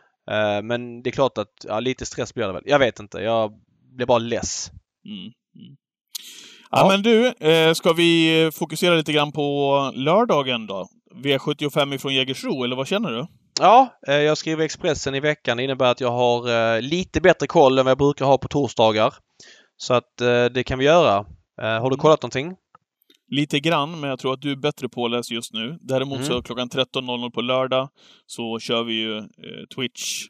[SPEAKER 2] Uh, men det är klart att ja, lite stress blir det väl. Jag vet inte. Jag blir bara less.
[SPEAKER 1] Mm. Mm. Ja. ja, men du, eh, ska vi fokusera lite grann på lördagen då? V sjuttiofem ifrån Jägersro, eller vad känner du?
[SPEAKER 2] Ja, eh, jag skriver Expressen i veckan. Det innebär att jag har eh, lite bättre koll än vad jag brukar ha på torsdagar. Så att eh, det kan vi göra. Eh, har du kollat någonting?
[SPEAKER 1] Lite grann, men jag tror att du är bättre påläst just nu. Däremot mm. så klockan tretton noll noll på lördag så kör vi ju eh, Twitch.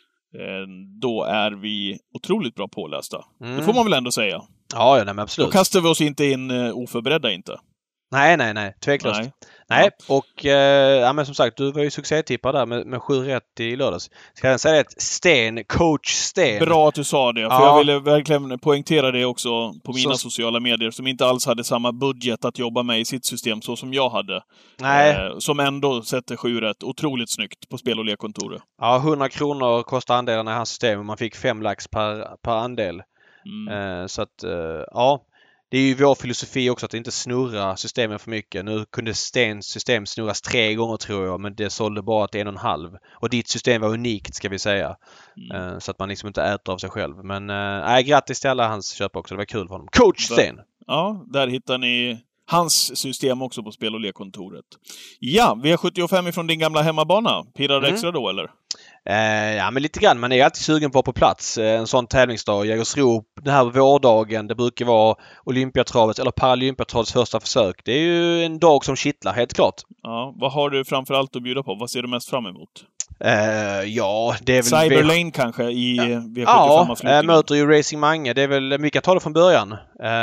[SPEAKER 1] Eh, då är vi otroligt bra pålästa. Mm. Det får man väl ändå säga.
[SPEAKER 2] Ja, ja nej, men absolut.
[SPEAKER 1] Då kastar vi oss inte in uh, oförberedda inte.
[SPEAKER 2] Nej, nej, nej. Tveklöst. Nej. nej. Ja. Och eh, ja, men som sagt, du var ju succétippare där med, med sju rätt i lördags. Ska jag säga det? Sten, coach Sten.
[SPEAKER 1] Bra att du sa det. För ja. jag ville verkligen poängtera det också på mina så... sociala medier som inte alls hade samma budget att jobba med i sitt system så som jag hade.
[SPEAKER 2] Nej.
[SPEAKER 1] Eh, som ändå sätter sju rätt otroligt snyggt på spel- och lekkontoret.
[SPEAKER 2] Ja, hundra kronor kostar andelen i hans system och man fick fem lax per, per andel. Mm. Eh, så att, eh, ja. Det är ju vår filosofi också att inte snurra systemen för mycket. Nu kunde Stens system snurras tre gånger tror jag, men det sålde bara till en och en halv. Och ditt system var unikt ska vi säga. Mm. Uh, så att man liksom inte äter av sig själv. Men uh, äh, grattis till alla hans köp också. Det var kul för honom. Coach Sten!
[SPEAKER 1] Ja, där hittar ni hans system också på spel- och lekkontoret. Ja, V sjuttiofem ifrån din gamla hemmabana. Pirrar det mm. extra då, eller?
[SPEAKER 2] Eh, ja, men lite grann. Man är alltid sugen på på plats. Eh, en sån tävlingsdag. Jägersro, den här vårdagen, det brukar vara Olympiatravets eller Paralympiatravets första försök. Det är ju en dag som kittlar, helt klart.
[SPEAKER 1] Ja, vad har du framförallt att bjuda på? Vad ser du mest fram emot?
[SPEAKER 2] Uh, ja, det är väl...
[SPEAKER 1] Cyberlane v... kanske i ja. V
[SPEAKER 2] sjuttiofem. Ja, möter ju Racing Mange. Det är väl... Vi kan ta det från början.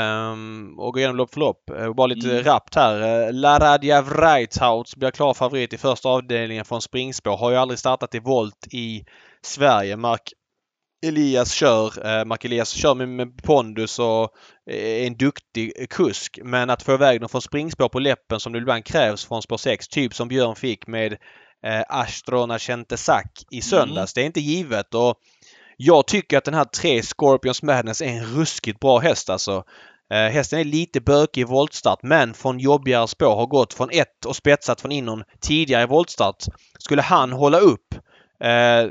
[SPEAKER 2] Um, och gå igenom lopp för lopp. Uh, bara lite mm. rappt här. Uh, Laradja Vreithout blir klar favorit i första avdelningen från springspår. Har ju aldrig startat i volt i Sverige. Mark Elias kör. Uh, Mark Elias kör med, med pondus och är en duktig kusk. Men att få iväg dem från springspår på läppen som det ibland krävs från spår sex. Typ som Björn fick med Eh, Astrona Centesac i söndags. Mm. Det är inte givet och jag tycker att den här tre Scorpions Madness är en ruskigt bra häst alltså. Eh, hästen är lite bökig i voltstart men från jobbigare spår har gått från ett och spetsat från innan tidigare i voltstart. Skulle han hålla upp eh,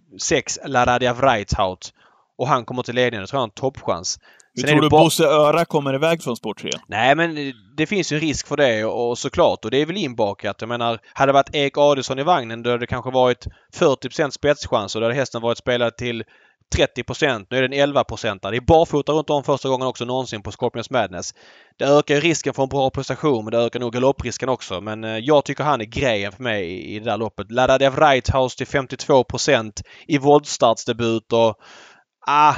[SPEAKER 2] sex Laradja Vreithout och han kommer till ledningen, jag tror han har en toppchans.
[SPEAKER 1] Hur tror du bara... Bosse Öra kommer iväg från spår tre?
[SPEAKER 2] Nej, men det finns ju en risk för det och såklart. Och det är väl inbakat. Jag menar, hade det varit Erik Adelsson i vagnen då hade det kanske varit fyrtio procent spetschans och då hade hästen varit spelad till trettio procent. Nu är den elva procent. Det är barfota runt om första gången också någonsin på Scorpions Madness. Det ökar ju risken för en bra prestation men det ökar nog galopprisken också. Men jag tycker han är grejen för mig i det där loppet. Laddade Vreithouse till femtiotvå procent i voltstartsdebut och ah,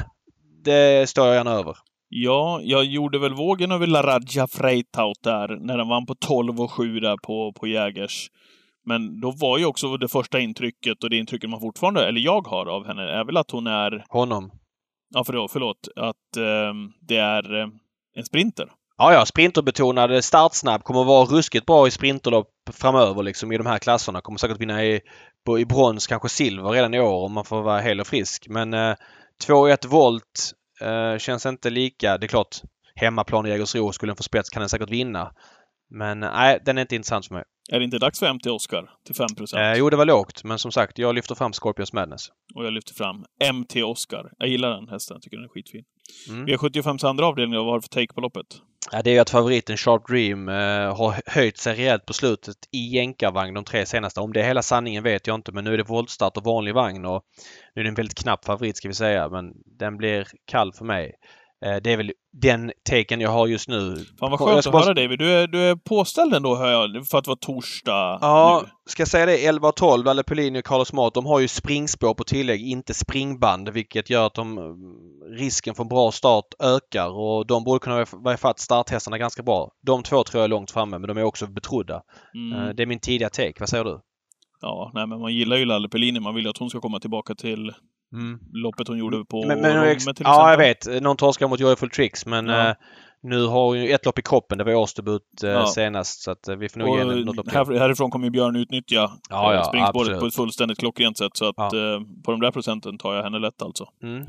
[SPEAKER 2] det står jag gärna över.
[SPEAKER 1] Ja, jag gjorde väl vågen över Laradja Vreithout där när den vann på tolv och sju där på, på Jägers. Men då var ju också det första intrycket och det intrycket man fortfarande, eller jag har av henne, är väl att hon är...
[SPEAKER 2] Honom.
[SPEAKER 1] Ja, förlåt, förlåt att eh, det är eh, en sprinter.
[SPEAKER 2] Ja, ja, sprinterbetonad, startsnabb, kommer vara ruskigt bra i sprinterlopp framöver liksom i de här klasserna. Kommer säkert vinna i, på, i brons, kanske silver redan i år om man får vara hel och frisk. Men eh, två ett volt Uh, känns inte lika. Det är klart, hemmaplan i Jägersro skulle den få spets kan den säkert vinna. Men nej, den är inte intressant för mig.
[SPEAKER 1] Är det inte dags för M T Oscar till fem procent?
[SPEAKER 2] Uh, jo, det var lågt. Men som sagt, jag lyfter fram Scorpions Madness.
[SPEAKER 1] Och jag lyfter fram M T Oscar. Jag gillar den hästen. Jag tycker den är skitfin. Mm. V sjuttiofems andra avdelning. Vad har du för take på loppet?
[SPEAKER 2] Ja, det är ju att favoriten Sharp Dream uh, har höjt sig rejält på slutet i jänkarvagn de tre senaste. Om det är hela sanningen vet jag inte. Men nu är det voltstart och vanlig vagn. Och nu är det en väldigt knapp favorit ska vi säga. Men den blir kall för mig. Uh, det är väl den taken jag har just nu.
[SPEAKER 1] Fan vad skönt att höra David. Du är, du är påställd ändå hör jag. För att vara torsdag
[SPEAKER 2] ja,
[SPEAKER 1] nu.
[SPEAKER 2] Ska jag säga det? elva och tolv, Valle Pelini och Carlos Mart, de har ju springspår på tillägg, inte springband. Vilket gör att de, risken för en bra start ökar. Och de borde kunna vara ifatt starthästarna ganska bra. De två tror jag är långt framme, men de är också betrodda. Mm. Det är min tidiga take. Vad säger du?
[SPEAKER 1] Ja, nej men man gillar ju Lalle Pelini. Man vill ju att hon ska komma tillbaka till mm. loppet hon gjorde på
[SPEAKER 2] men, men,
[SPEAKER 1] Romme,
[SPEAKER 2] ex- till exempel. Ja, jag vet. Någon torskar mot Joyful Tricks, men ja. eh, nu har hon ju ett lopp i kroppen. Det var årsdebut eh, ja. senast, så att eh, vi får nog
[SPEAKER 1] och
[SPEAKER 2] ge henne något lopp till.
[SPEAKER 1] Här, härifrån kommer ju Björn utnyttja
[SPEAKER 2] ja, ja,
[SPEAKER 1] springspåret
[SPEAKER 2] absolut.
[SPEAKER 1] på ett fullständigt klockrent sätt. Så att ja. eh, på de där procenten tar jag henne lätt alltså. Mm.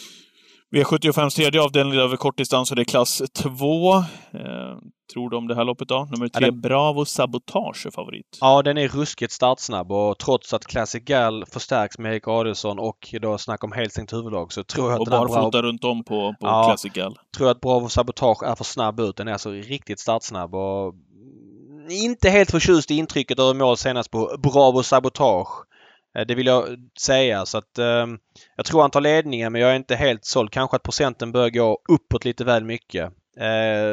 [SPEAKER 1] V sjuttiofems tredje avdelning över kortdistans och det är klass två. Eh, tror du om det här loppet då? Nummer tre, den... Bravo Sabotage är favorit.
[SPEAKER 2] Ja, den är ruskigt startsnabb och trots att Classic Gal förstärks med Erik Adelsson och då snack om helt stängt huvudlag så tror jag
[SPEAKER 1] och
[SPEAKER 2] att den
[SPEAKER 1] bara
[SPEAKER 2] Bravo...
[SPEAKER 1] fota runt om på, på
[SPEAKER 2] ja,
[SPEAKER 1] Classic Gal.
[SPEAKER 2] Tror att Bravo Sabotage är för snabb ut. Den är alltså riktigt startsnabb och inte helt förtjust i intrycket av mål senast på Bravo Sabotage. Det vill jag säga. Så att, eh, jag tror han tar ledningen men jag är inte helt såld. Kanske att procenten bör gå uppåt lite väl mycket. Eh,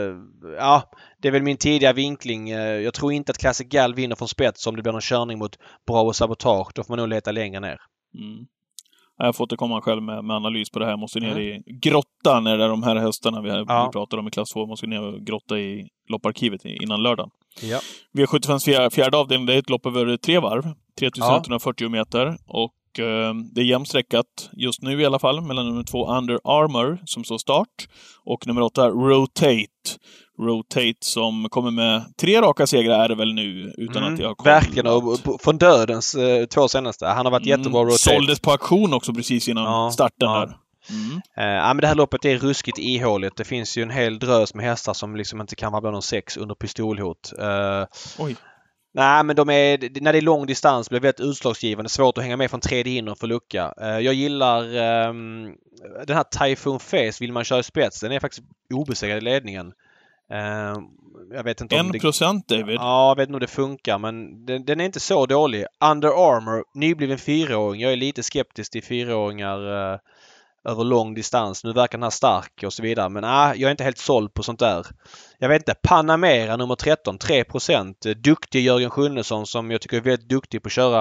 [SPEAKER 2] ja, det är väl min tidiga vinkling. Eh, jag tror inte att Classic Gal vinner från spets om det blir någon körning mot Bravo Sabotage. Då får man nog leta längre ner.
[SPEAKER 1] Mm. Jag får återkomma själv med, med analys på det här. Jag måste ner mm. i grottan när det är de här hästarna vi, ja. vi pratar om i klass två. Jag måste ner och grotta i lopparkivet innan lördagen.
[SPEAKER 2] Ja.
[SPEAKER 1] V sjuttiofems fjärde, fjärde avdelning, det är ett lopp över tre varv. tre tusen etthundrafyrtio meter. Och eh, det är jämnsträckat just nu i alla fall mellan nummer två Under Armour som står start och nummer åtta Rotate. Rotate som kommer med tre raka segrar är det väl nu utan mm, att jag har kollat.
[SPEAKER 2] Verkligen, och från dödens eh, två senaste. Han har varit mm, jättebra Rotate.
[SPEAKER 1] Såldes på auktion också precis innan ja, starten ja. där.
[SPEAKER 2] Mm. Uh, ja, men det här loppet är ruskigt ihåligt. Det finns ju en hel drös med hästar som liksom inte kan vara bland de sex under pistolhot. Uh,
[SPEAKER 1] Oj.
[SPEAKER 2] Nej, men de är, när det är lång distans blir det väldigt utslagsgivande. Svårt att hänga med från tredje in och få lucka. Uh, jag gillar um, den här Typhoon Face vill man köra i spets. Den är faktiskt obesegrad i ledningen. Uh, jag vet inte om
[SPEAKER 1] en procent
[SPEAKER 2] det,
[SPEAKER 1] David.
[SPEAKER 2] Ja, jag vet inte om det funkar men den, den är inte så dålig. Under Armour, nybliven fyraåring. Jag är lite skeptisk till fyraåringar uh, över lång distans. Nu verkar den här stark och så vidare. Men äh, jag är inte helt såld på sånt där. Jag vet inte. Panamera nummer tretton. tre procent. Duktig Jörgen Sjunnesson som jag tycker är väldigt duktig på att köra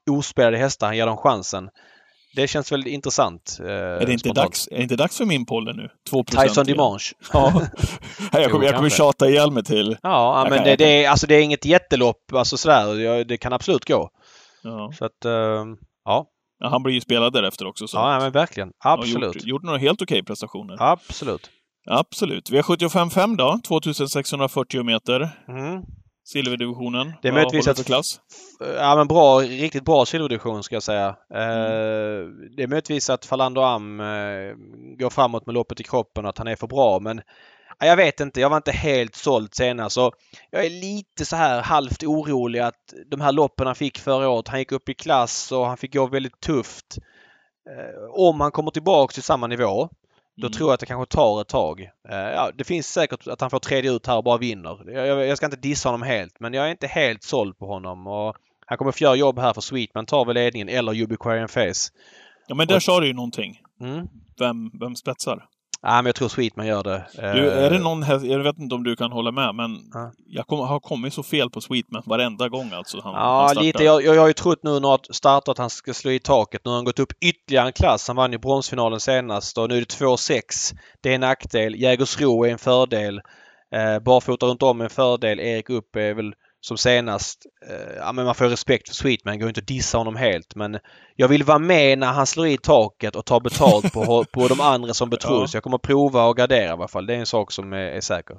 [SPEAKER 2] ospelade hästar, han ger dem chansen. Det känns väldigt intressant. Eh,
[SPEAKER 1] är, det inte dags, är det inte dags för min poll nu? två procent
[SPEAKER 2] Tyson Dimanche.
[SPEAKER 1] Ja. jag kommer, jag kommer tjata ihjäl mig till.
[SPEAKER 2] Ja,
[SPEAKER 1] jag
[SPEAKER 2] men
[SPEAKER 1] kan,
[SPEAKER 2] det,
[SPEAKER 1] kan...
[SPEAKER 2] det, är, alltså, det är inget jättelopp. Alltså sådär. Det kan absolut gå.
[SPEAKER 1] Ja.
[SPEAKER 2] Så att, uh, ja.
[SPEAKER 1] ja. Han blir ju spelad därefter också. Så
[SPEAKER 2] ja, men verkligen. Absolut.
[SPEAKER 1] Gjort, gjort några helt okej prestationer.
[SPEAKER 2] Absolut.
[SPEAKER 1] Absolut. V sjuttiofem fem då. tvåtusensexhundrafyrtio meter.
[SPEAKER 2] Mm.
[SPEAKER 1] Silverdivisionen.
[SPEAKER 2] Det är möjligtvis att
[SPEAKER 1] klass?
[SPEAKER 2] Ja, men bra, riktigt bra silverdivision ska jag säga. Mm. Eh, det är möjligtvis att Falando Am eh, går framåt med loppet i kroppen och att han är för bra, men ja, jag vet inte. Jag var inte helt såld senast, så jag är lite så här halvt orolig att de här loppen han fick förra året, han gick upp i klass och han fick gå väldigt tufft. Eh, om han kommer tillbaka till samma nivå, då mm. tror jag att det kanske tar ett tag. Uh, ja, det finns säkert att han får tredje ut här och bara vinner. Jag, jag ska inte dissa honom helt, men jag är inte helt såld på honom. Och han kommer få göra jobb här för Sweetman tar väl ledningen eller Ubiquarian Face.
[SPEAKER 1] Ja, men där
[SPEAKER 2] och,
[SPEAKER 1] sa du ju någonting.
[SPEAKER 2] Mm.
[SPEAKER 1] Vem, vem spetsar?
[SPEAKER 2] Ja, men jag tror Sweetman gör det.
[SPEAKER 1] Du, är det någon här, jag vet inte om du kan hålla med, men
[SPEAKER 2] ja.
[SPEAKER 1] jag kom, har kommit så fel på Sweetman varenda gång alltså. Han,
[SPEAKER 2] ja,
[SPEAKER 1] han
[SPEAKER 2] lite. Jag, jag har ju trott nu när att startat att han ska slå i taket. Nu har han gått upp ytterligare en klass. Han vann i bronsfinalen senast och nu är det två sex. Det är en nackdel. Jägersro är en fördel. Eh, barfota runt om är en fördel. Erik upp är väl som senast. Eh, ja, men man får respekt för Sweetman. Går inte att dissa honom helt. Men jag vill vara med när han slår i taket och tar betalt på, på de andra som betror. Ja. Så jag kommer prova och gardera i alla fall. Det är en sak som är, är säker.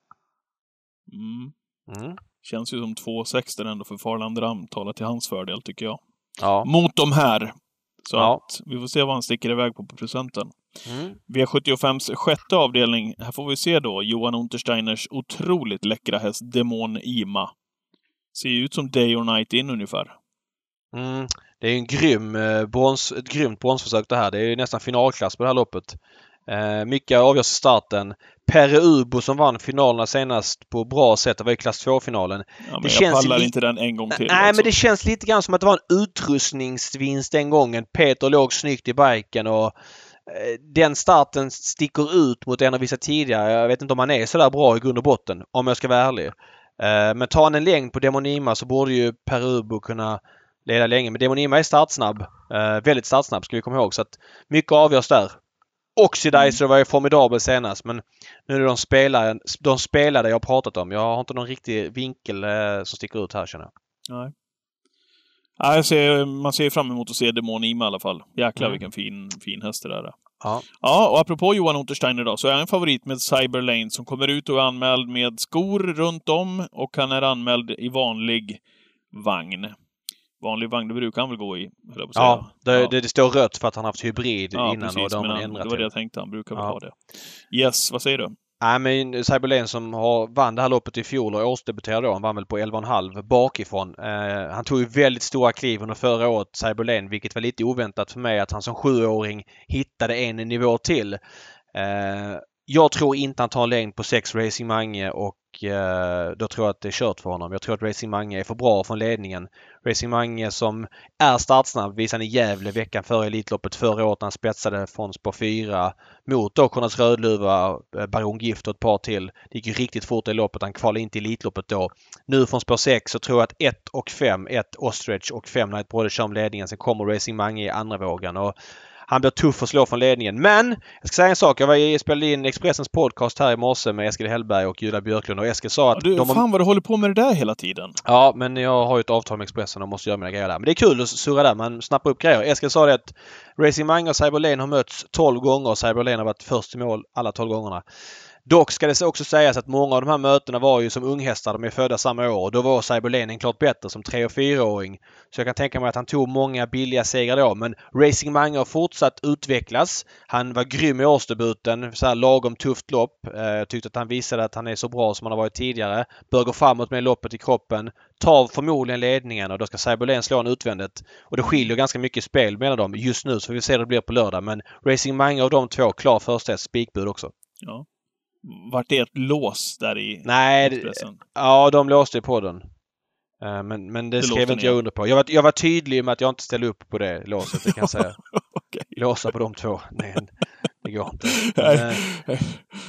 [SPEAKER 1] Mm.
[SPEAKER 2] Mm.
[SPEAKER 1] Känns ju som två sex där ändå för Farland Ram talar till hans fördel tycker jag.
[SPEAKER 2] Ja.
[SPEAKER 1] Mot de här. Så
[SPEAKER 2] ja.
[SPEAKER 1] att vi får se vad han sticker iväg på på procenten.
[SPEAKER 2] Mm.
[SPEAKER 1] V sjuttiofems sjätte avdelning. Här får vi se då Johan Untersteiners otroligt läckra häst Demon Ima. Ser ju ut som Day or Night In ungefär.
[SPEAKER 2] Mm. Det är en grym eh, brons, ett grymt bronsförsök det här. Det är ju nästan finalklass på det här loppet. Eh, mycket avgörs i starten. Perre Ubo som vann finalerna senast på bra sätt. Det var i klass två-finalen.
[SPEAKER 1] Ja, men
[SPEAKER 2] det
[SPEAKER 1] jag
[SPEAKER 2] känns
[SPEAKER 1] pallar
[SPEAKER 2] li-
[SPEAKER 1] inte den en gång till.
[SPEAKER 2] Nej,
[SPEAKER 1] alltså.
[SPEAKER 2] men det känns lite grann som att det var en utrustningsvinst den gången. Peter låg snyggt i biken och eh, den starten sticker ut mot en av vissa tidigare. Jag vet inte om han är så där bra i grund och botten, om jag ska vara ärlig. Eh, men tar han en längd på Demonima så borde ju Perre Ubo kunna leda länge. Men Demonima är startsnabb. Eh, väldigt startsnabb ska vi komma ihåg. Så att mycket avgörs där. Oxidizer var ju formidabel senast, men nu är det de spelare, de spelare jag har pratat om. Jag har inte någon riktig vinkel eh, som sticker ut här, känner jag.
[SPEAKER 1] Nej. Ja, jag ser, man ser fram emot att se Demon Ima i alla fall. Jäklar mm. vilken fin, fin häst det där är.
[SPEAKER 2] Ja.
[SPEAKER 1] Ja, och apropå Johan Untersteiner då, så är jag en favorit med Cyber Lane som kommer ut och är anmäld med skor runt om och han är anmäld i vanlig vagn. Vanlig vagn, det brukar han väl gå i.
[SPEAKER 2] Ja, det, ja. Det, det står rött för att han har haft hybrid
[SPEAKER 1] ja,
[SPEAKER 2] innan
[SPEAKER 1] precis,
[SPEAKER 2] och de har
[SPEAKER 1] han,
[SPEAKER 2] ändrat
[SPEAKER 1] det var det
[SPEAKER 2] till.
[SPEAKER 1] jag tänkte, han brukar väl
[SPEAKER 2] ja.
[SPEAKER 1] ha det. Yes, vad säger du?
[SPEAKER 2] Nej, men Cyber Lane som har vann det här loppet i fjol och årsdebuterade då, han vann väl på elva komma fem bakifrån. Eh, han tog ju väldigt stora kliv under förra året, Cyber Lane, vilket var lite oväntat för mig att han som sjuåring hittade en nivå till. Eh, jag tror inte han tar en längd på sex Racing Mange och eh, då tror jag att det är kört för honom. Jag tror att Racing Mange är för bra från ledningen. Racing Mange som är startsnabb visade i Gävle veckan före Elitloppet förra året när han spetsade från spår fyra mot då Konrads Rödluva, Baron Gift och ett par till. Det gick ju riktigt fort i loppet. Han kvalade inte i Elitloppet då. Nu från spår sex så tror jag att ett och fem, ett Ostrich och fem Night Brother kör om ledningen. Sen kommer Racing Mange i andra vågen och han blir tuff att slå från ledningen. Men jag ska säga en sak. Jag var i, spelade in Expressens podcast här i morse med Eskil Hellberg och Julia Björklund. Och Eskil sa att...
[SPEAKER 1] Ja, du,
[SPEAKER 2] de har...
[SPEAKER 1] fan vad du håller på med det där hela tiden.
[SPEAKER 2] Ja, men jag har ju ett avtal med Expressen och måste göra mina grejer där. Men det är kul att surra där. Man snappar upp grejer. Eskil sa det att Racing Mange och Cyber Lane har mötts tolv gånger och Cyber Lane har varit först i mål alla tolv gångerna. Dock ska det också sägas att många av de här mötena var ju som unghästar. De är födda samma år. Då var Cyber Lane en klart bättre som tre- och fyraåring. Så jag kan tänka mig att han tog många billiga segrar då. Men Racing Mange har fortsatt utvecklas. Han var grym i årsdebuten. Så här lagom tufft lopp. Jag tyckte att han visade att han är så bra som han har varit tidigare. Bör gå framåt med loppet i kroppen. Tar förmodligen ledningen och då ska Cyber Lane slå en utvändigt. Och det skiljer ganska mycket spel mellan dem just nu. Så vi får se hur det blir på lördag. Men Racing Mange av de två klar första spikbud också.
[SPEAKER 1] Ja. Vart det ett lås där i
[SPEAKER 2] Nej,
[SPEAKER 1] Expressen?
[SPEAKER 2] Ja, de låste på den. Uh, men, men det, det skrev inte jag under på. Jag var, jag var tydlig med att jag inte ställde upp på det låset, det kan jag säga.
[SPEAKER 1] Okay.
[SPEAKER 2] Låsa på de två. Nej, det går inte.
[SPEAKER 1] Men,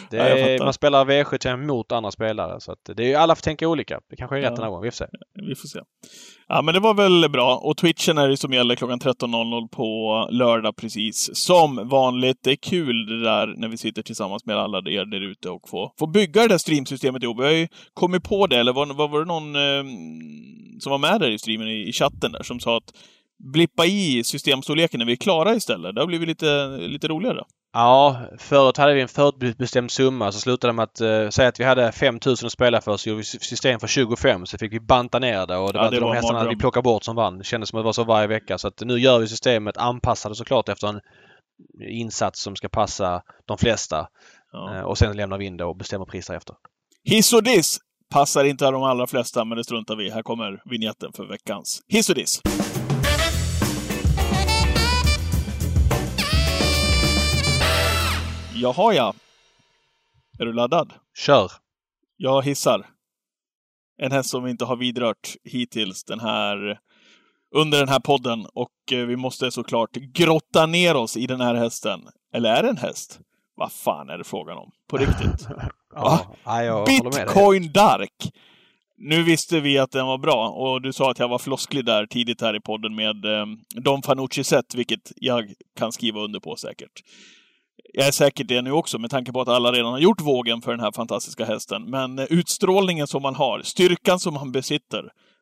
[SPEAKER 2] Det är, man spelar V sjuttiofem mot andra spelare. Så att det är ju, alla får tänka olika. Det kanske är rätt ja. den här gången. Vi får se.
[SPEAKER 1] Vi får se. Ja, men det var väl bra. Och Twitchen är det som gäller klockan tretton noll noll på lördag precis. Som vanligt. Det är kul det där när vi sitter tillsammans med alla er där ute och får, får bygga det där streamsystemet ihop. Vi har ju kommit på det. Eller var, var, var det någon eh, som var med där i streamen i, i chatten där som sa att blippa i systemstorleken när vi är klara istället. Det har blivit lite, lite roligare.
[SPEAKER 2] Ja, förut hade vi en förutbestämd summa så slutade det med att uh, säga att vi hade fem tusen att spela för så gjorde vi system för tjugofem så fick vi banta ner det och det ja, var inte de hästarna vi plockade bort som vann. Det kändes som att det var så varje vecka så att nu gör vi systemet anpassade såklart efter en insats som ska passa de flesta ja. uh, och sen lämnar vi in det och bestämmer priser efter.
[SPEAKER 1] Hiss och diss passar inte de allra flesta men det struntar vi. Här kommer vignetten för veckans Hiss och diss. Jaha, ja. Är du laddad?
[SPEAKER 2] Kör.
[SPEAKER 1] Jag hissar. En häst som vi inte har vidrört hittills den här, under den här podden. Och vi måste såklart grotta ner oss i den här hästen. Eller är det en häst? Vad fan är det frågan om? På riktigt.
[SPEAKER 2] ja, ja,
[SPEAKER 1] Bitcoin Dark. Nu visste vi att den var bra. Och du sa att jag var flosklig där tidigt här i podden med eh, Don Fanucci set. Vilket jag kan skriva under på säkert. Jag är säkert det nu också med tanke på att alla redan har gjort vågen för den här fantastiska hästen. Men utstrålningen som man har, styrkan som man besitter.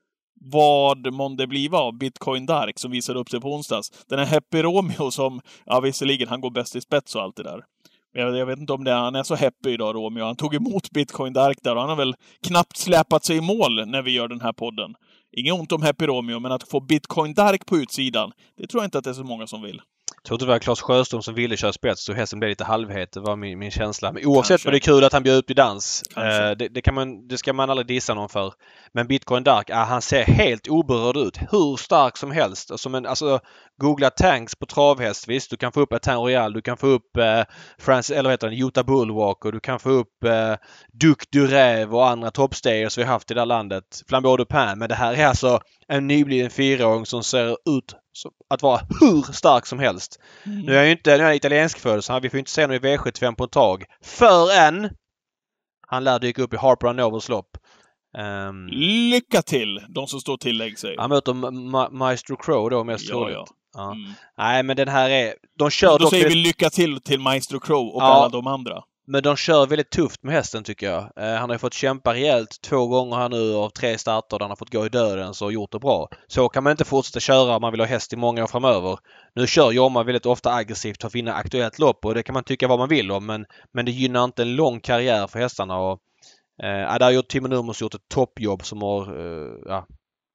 [SPEAKER 1] Vad månde bliva av Bitcoin Dark som visade upp sig på onsdags. Den är Happy Romeo som, ja visserligen han går bäst i spets och allt det där. Jag, jag vet inte om det han är så happy idag Romeo. Han tog emot Bitcoin Dark där och han har väl knappt släpat sig i mål när vi gör den här podden. Inget ont om Happy Romeo men att få Bitcoin Dark på utsidan, det tror jag inte att det är så många som vill.
[SPEAKER 2] Jag tror det var Claes Sjöström som ville köra spets så hästen blev lite halvhet. Det var min, min känsla. Men oavsett var det kul att han bjöd upp i dans. Eh, det, det, kan man, det ska man aldrig dissa någon för. Men Bitcoin Dark, eh, han ser helt oberörd ut. Hur stark som helst. Och som en, alltså, googla tanks på travhäst. Visst, du kan få upp Etain Royal. Du kan få upp eh, Francis, eller vet du, Utah Bullwalk. Och du kan få upp eh, Duc du Rêve och andra toppstayers vi har haft i det här landet. Flambeau du Pain. Men det här är alltså en nybliven fyraåring som ser ut att vara hur stark som helst. Mm. Nu är jag ju inte nu är jag italiensk född så vi får inte se någon i V sjuttiofem på ett tag. Förrän han lär dyka upp i Harper and Novels lopp. Um,
[SPEAKER 1] Lycka till! De som står tillägg sig.
[SPEAKER 2] Han möter Ma- Maestro Crow då mest
[SPEAKER 1] ja,
[SPEAKER 2] troligt.
[SPEAKER 1] Ja.
[SPEAKER 2] Ja.
[SPEAKER 1] Mm.
[SPEAKER 2] Nej men den här är... De kör
[SPEAKER 1] då
[SPEAKER 2] dock
[SPEAKER 1] säger
[SPEAKER 2] väldigt...
[SPEAKER 1] vi lycka till till Maestro Crow och
[SPEAKER 2] ja.
[SPEAKER 1] alla de andra.
[SPEAKER 2] Men de kör väldigt tufft med hästen tycker jag. Eh, han har ju fått kämpa rejält två gånger här nu av tre starter där han har fått gå i döden så gjort det bra. Så kan man inte fortsätta köra om man vill ha häst i många år framöver. Nu kör Jorma väldigt ofta aggressivt för att vinna aktuellt lopp och det kan man tycka vad man vill om men, men det gynnar inte en lång karriär för hästarna. Och, eh, där har gjort Timo Nurmos gjort ett toppjobb som har eh, ja,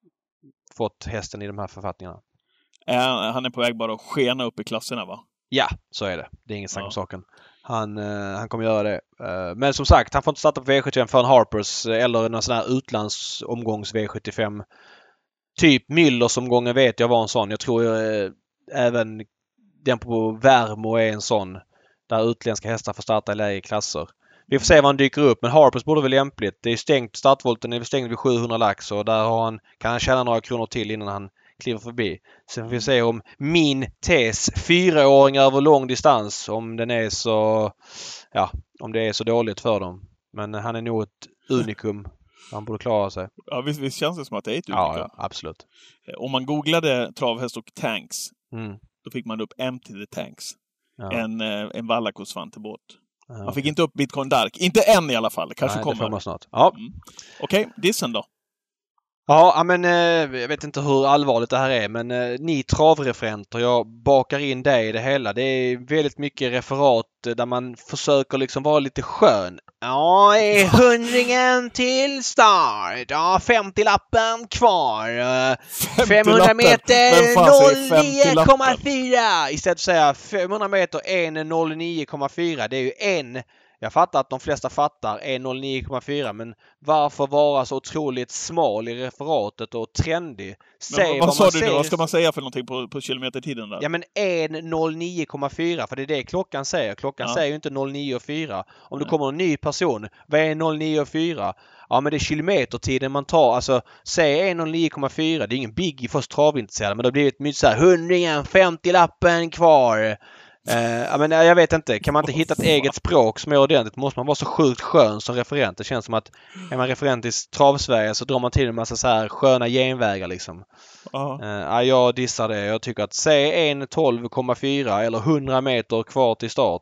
[SPEAKER 2] fått hästen i de här författningarna.
[SPEAKER 1] Äh, han är på väg bara att skena upp i klasserna va?
[SPEAKER 2] Ja, så är det. Det är inget snack om
[SPEAKER 1] ja.
[SPEAKER 2] saken. Han, uh, han kommer göra det. Uh, men som sagt, han får inte starta på V sjuttiofem förrän Harpers eller någon sån här utlandsomgångs V sjuttiofem. Typ Müllers-omgången vet jag var en sån. Jag tror uh, även den på Värmo är en sån. Där utländska hästar får starta i lägre klasser. Vi får se vad han dyker upp. Men Harpers borde väl lämpligt. Det är stängt. Startvolten är stängd vid sjuhundra lax och där har han, kan han tjäna några kronor till innan han kliver förbi. Sen får vi se om min tes fyraåringar över lång distans om den är så ja, om det är så dåligt för dem. Men han är nog ett unikum. Han borde klara sig.
[SPEAKER 1] Ja, visst, visst känns det som att det är ett unikum.
[SPEAKER 2] Ja, ja absolut.
[SPEAKER 1] Om man googlade travhäst och tanks
[SPEAKER 2] mm.
[SPEAKER 1] då fick man upp Empty the Tanks.
[SPEAKER 2] Ja.
[SPEAKER 1] En, en Vallacos Fantebåt.
[SPEAKER 2] Ja,
[SPEAKER 1] man
[SPEAKER 2] okay.
[SPEAKER 1] fick inte upp Bitcoin Dark. Inte än i alla fall. Kanske
[SPEAKER 2] Nej,
[SPEAKER 1] kommer.
[SPEAKER 2] Det får man snart. Ja.
[SPEAKER 1] Mm. Okej, okay, dissen då?
[SPEAKER 2] Ja, men eh, jag vet inte hur allvarligt det här är men eh, ni travreferenter, jag bakar in det i det hela. Det är väldigt mycket referat där man försöker liksom vara lite skön. Ja, är hundringen till start. Ja, femtio-lappen kvar. femhundra meter noll nio komma fyra. Istället för att säga femhundra meter en noll nio komma fyra. Det är ju en... Jag fattar att de flesta fattar en noll nio komma fyra men varför vara så otroligt smal i referatet och trendig?
[SPEAKER 1] Säg men vad, vad sa du nu? Vad ska man säga för någonting på, på kilometertiden där?
[SPEAKER 2] Ja men en noll nio komma fyra för det är det klockan säger. Klockan ja. säger ju inte noll nio komma fyra. Om det kommer en ny person, vad är noll nio komma fyra? Ja men det är kilometertiden man tar. Alltså säg en noll nio komma fyra. Det är ingen biggie för oss travintresserade men det har blivit mycket så här hundringen, femtio-lappen kvar. Eh, ja, men jag vet inte. Kan man inte hitta ett eget språk som är ordentligt måste man vara så sjukt skön som referent. Det känns som att är man referent i Travsverige så drar man till en massa så här sköna genvägar liksom.
[SPEAKER 1] Ja.
[SPEAKER 2] Eh, ja, jag dissar det. Jag tycker att se en tolv komma fyra eller hundra meter kvar till start.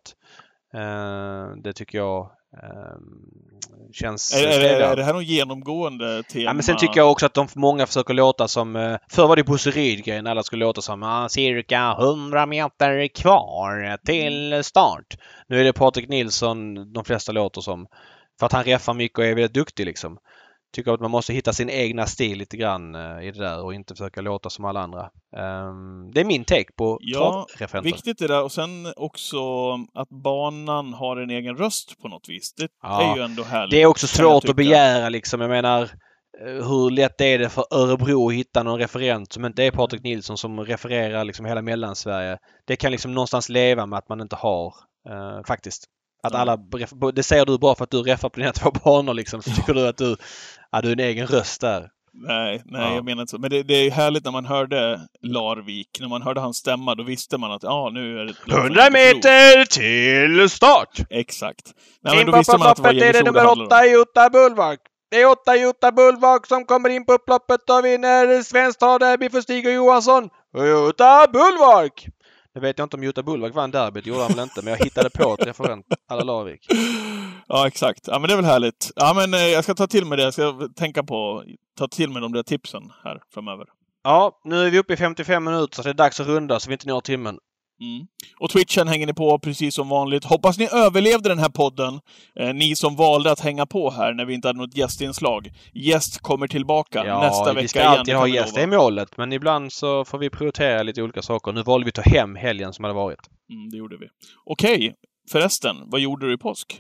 [SPEAKER 2] Eh, det tycker jag eh, känns...
[SPEAKER 1] Är, är, är, är det här någon genomgående tema?
[SPEAKER 2] Ja, men sen tycker jag också att de många försöker låta som... Eh, förr var det Bosse Rydgren. Alla skulle låta som ah, cirka hundra meter kvar till start. Nu är det Patrik Nilsson de flesta låter som. För att han reffar mycket och är väldigt duktig liksom. Tycker att man måste hitta sin egna stil lite grann uh, i det där och inte försöka låta som alla andra. Um, det är min take på
[SPEAKER 1] ja,
[SPEAKER 2] travreferenter.
[SPEAKER 1] Viktigt är det. Och sen också att banan har en egen röst på något vis. Det ja, är ju ändå härligt.
[SPEAKER 2] Det är också svårt att begära liksom. Jag menar, hur lätt är det för Örebro att hitta någon referent som inte är Patrik Nilsson som refererar liksom hela Mellansverige. Det kan liksom någonstans leva med att man inte har uh, faktiskt. Att alla, det säger du bara för att du reffar på dina två banor liksom. Så tycker du att du, ja, du är en egen röst där.
[SPEAKER 1] Nej, nej ja. Jag menar inte så. Men det, det är härligt när man hörde Larvik. När man hörde hans stämma, då visste man att ja, nu är det...
[SPEAKER 2] hundra meter till start!
[SPEAKER 1] Exakt. Nej, men då visste man att det var
[SPEAKER 2] är det nummer åtta Jota Bullvak. Det är åtta Jota Bullvak som kommer in på upploppet och vinner Svenskt Travderby för Stig och Johansson. Jota Bullvak! Jag vet inte om Jota Bullvak vann derbyt, gjorde han väl inte, men jag hittade på ett referent alla Larvik.
[SPEAKER 1] Ja, exakt. Ja, men det är väl härligt. Ja, men eh, jag ska ta till mig det. Jag ska tänka på, ta till mig de där tipsen här framöver.
[SPEAKER 2] Ja, nu är vi uppe i femtiofem minuter så det är dags att runda så vi inte når timmen.
[SPEAKER 1] Mm. Och Twitchen hänger ni på precis som vanligt. Hoppas ni överlevde den här podden. Eh, ni som valde att hänga på här när vi inte hade något gästinslag. Gäst kommer tillbaka
[SPEAKER 2] ja,
[SPEAKER 1] nästa vecka.
[SPEAKER 2] Vi ska alltid ha gäst, det är målet. Men ibland så får vi prioritera lite olika saker. Nu valde vi att ta hem helgen som hade varit.
[SPEAKER 1] Mm, det gjorde vi. Okej, förresten. Vad gjorde du i påsk?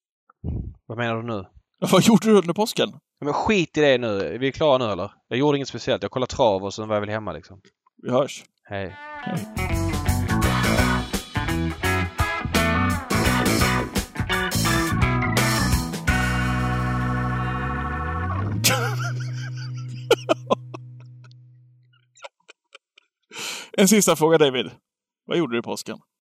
[SPEAKER 2] Vad menar du nu?
[SPEAKER 1] Vad gjorde du under påsken?
[SPEAKER 2] Men skit i det nu. Är vi klara nu eller? Jag gjorde inget speciellt. Jag kollade trav och sen var jag väl hemma liksom.
[SPEAKER 1] Vi hörs.
[SPEAKER 2] Hej.
[SPEAKER 1] Hej. En sista fråga, David. Vad gjorde du i påsken?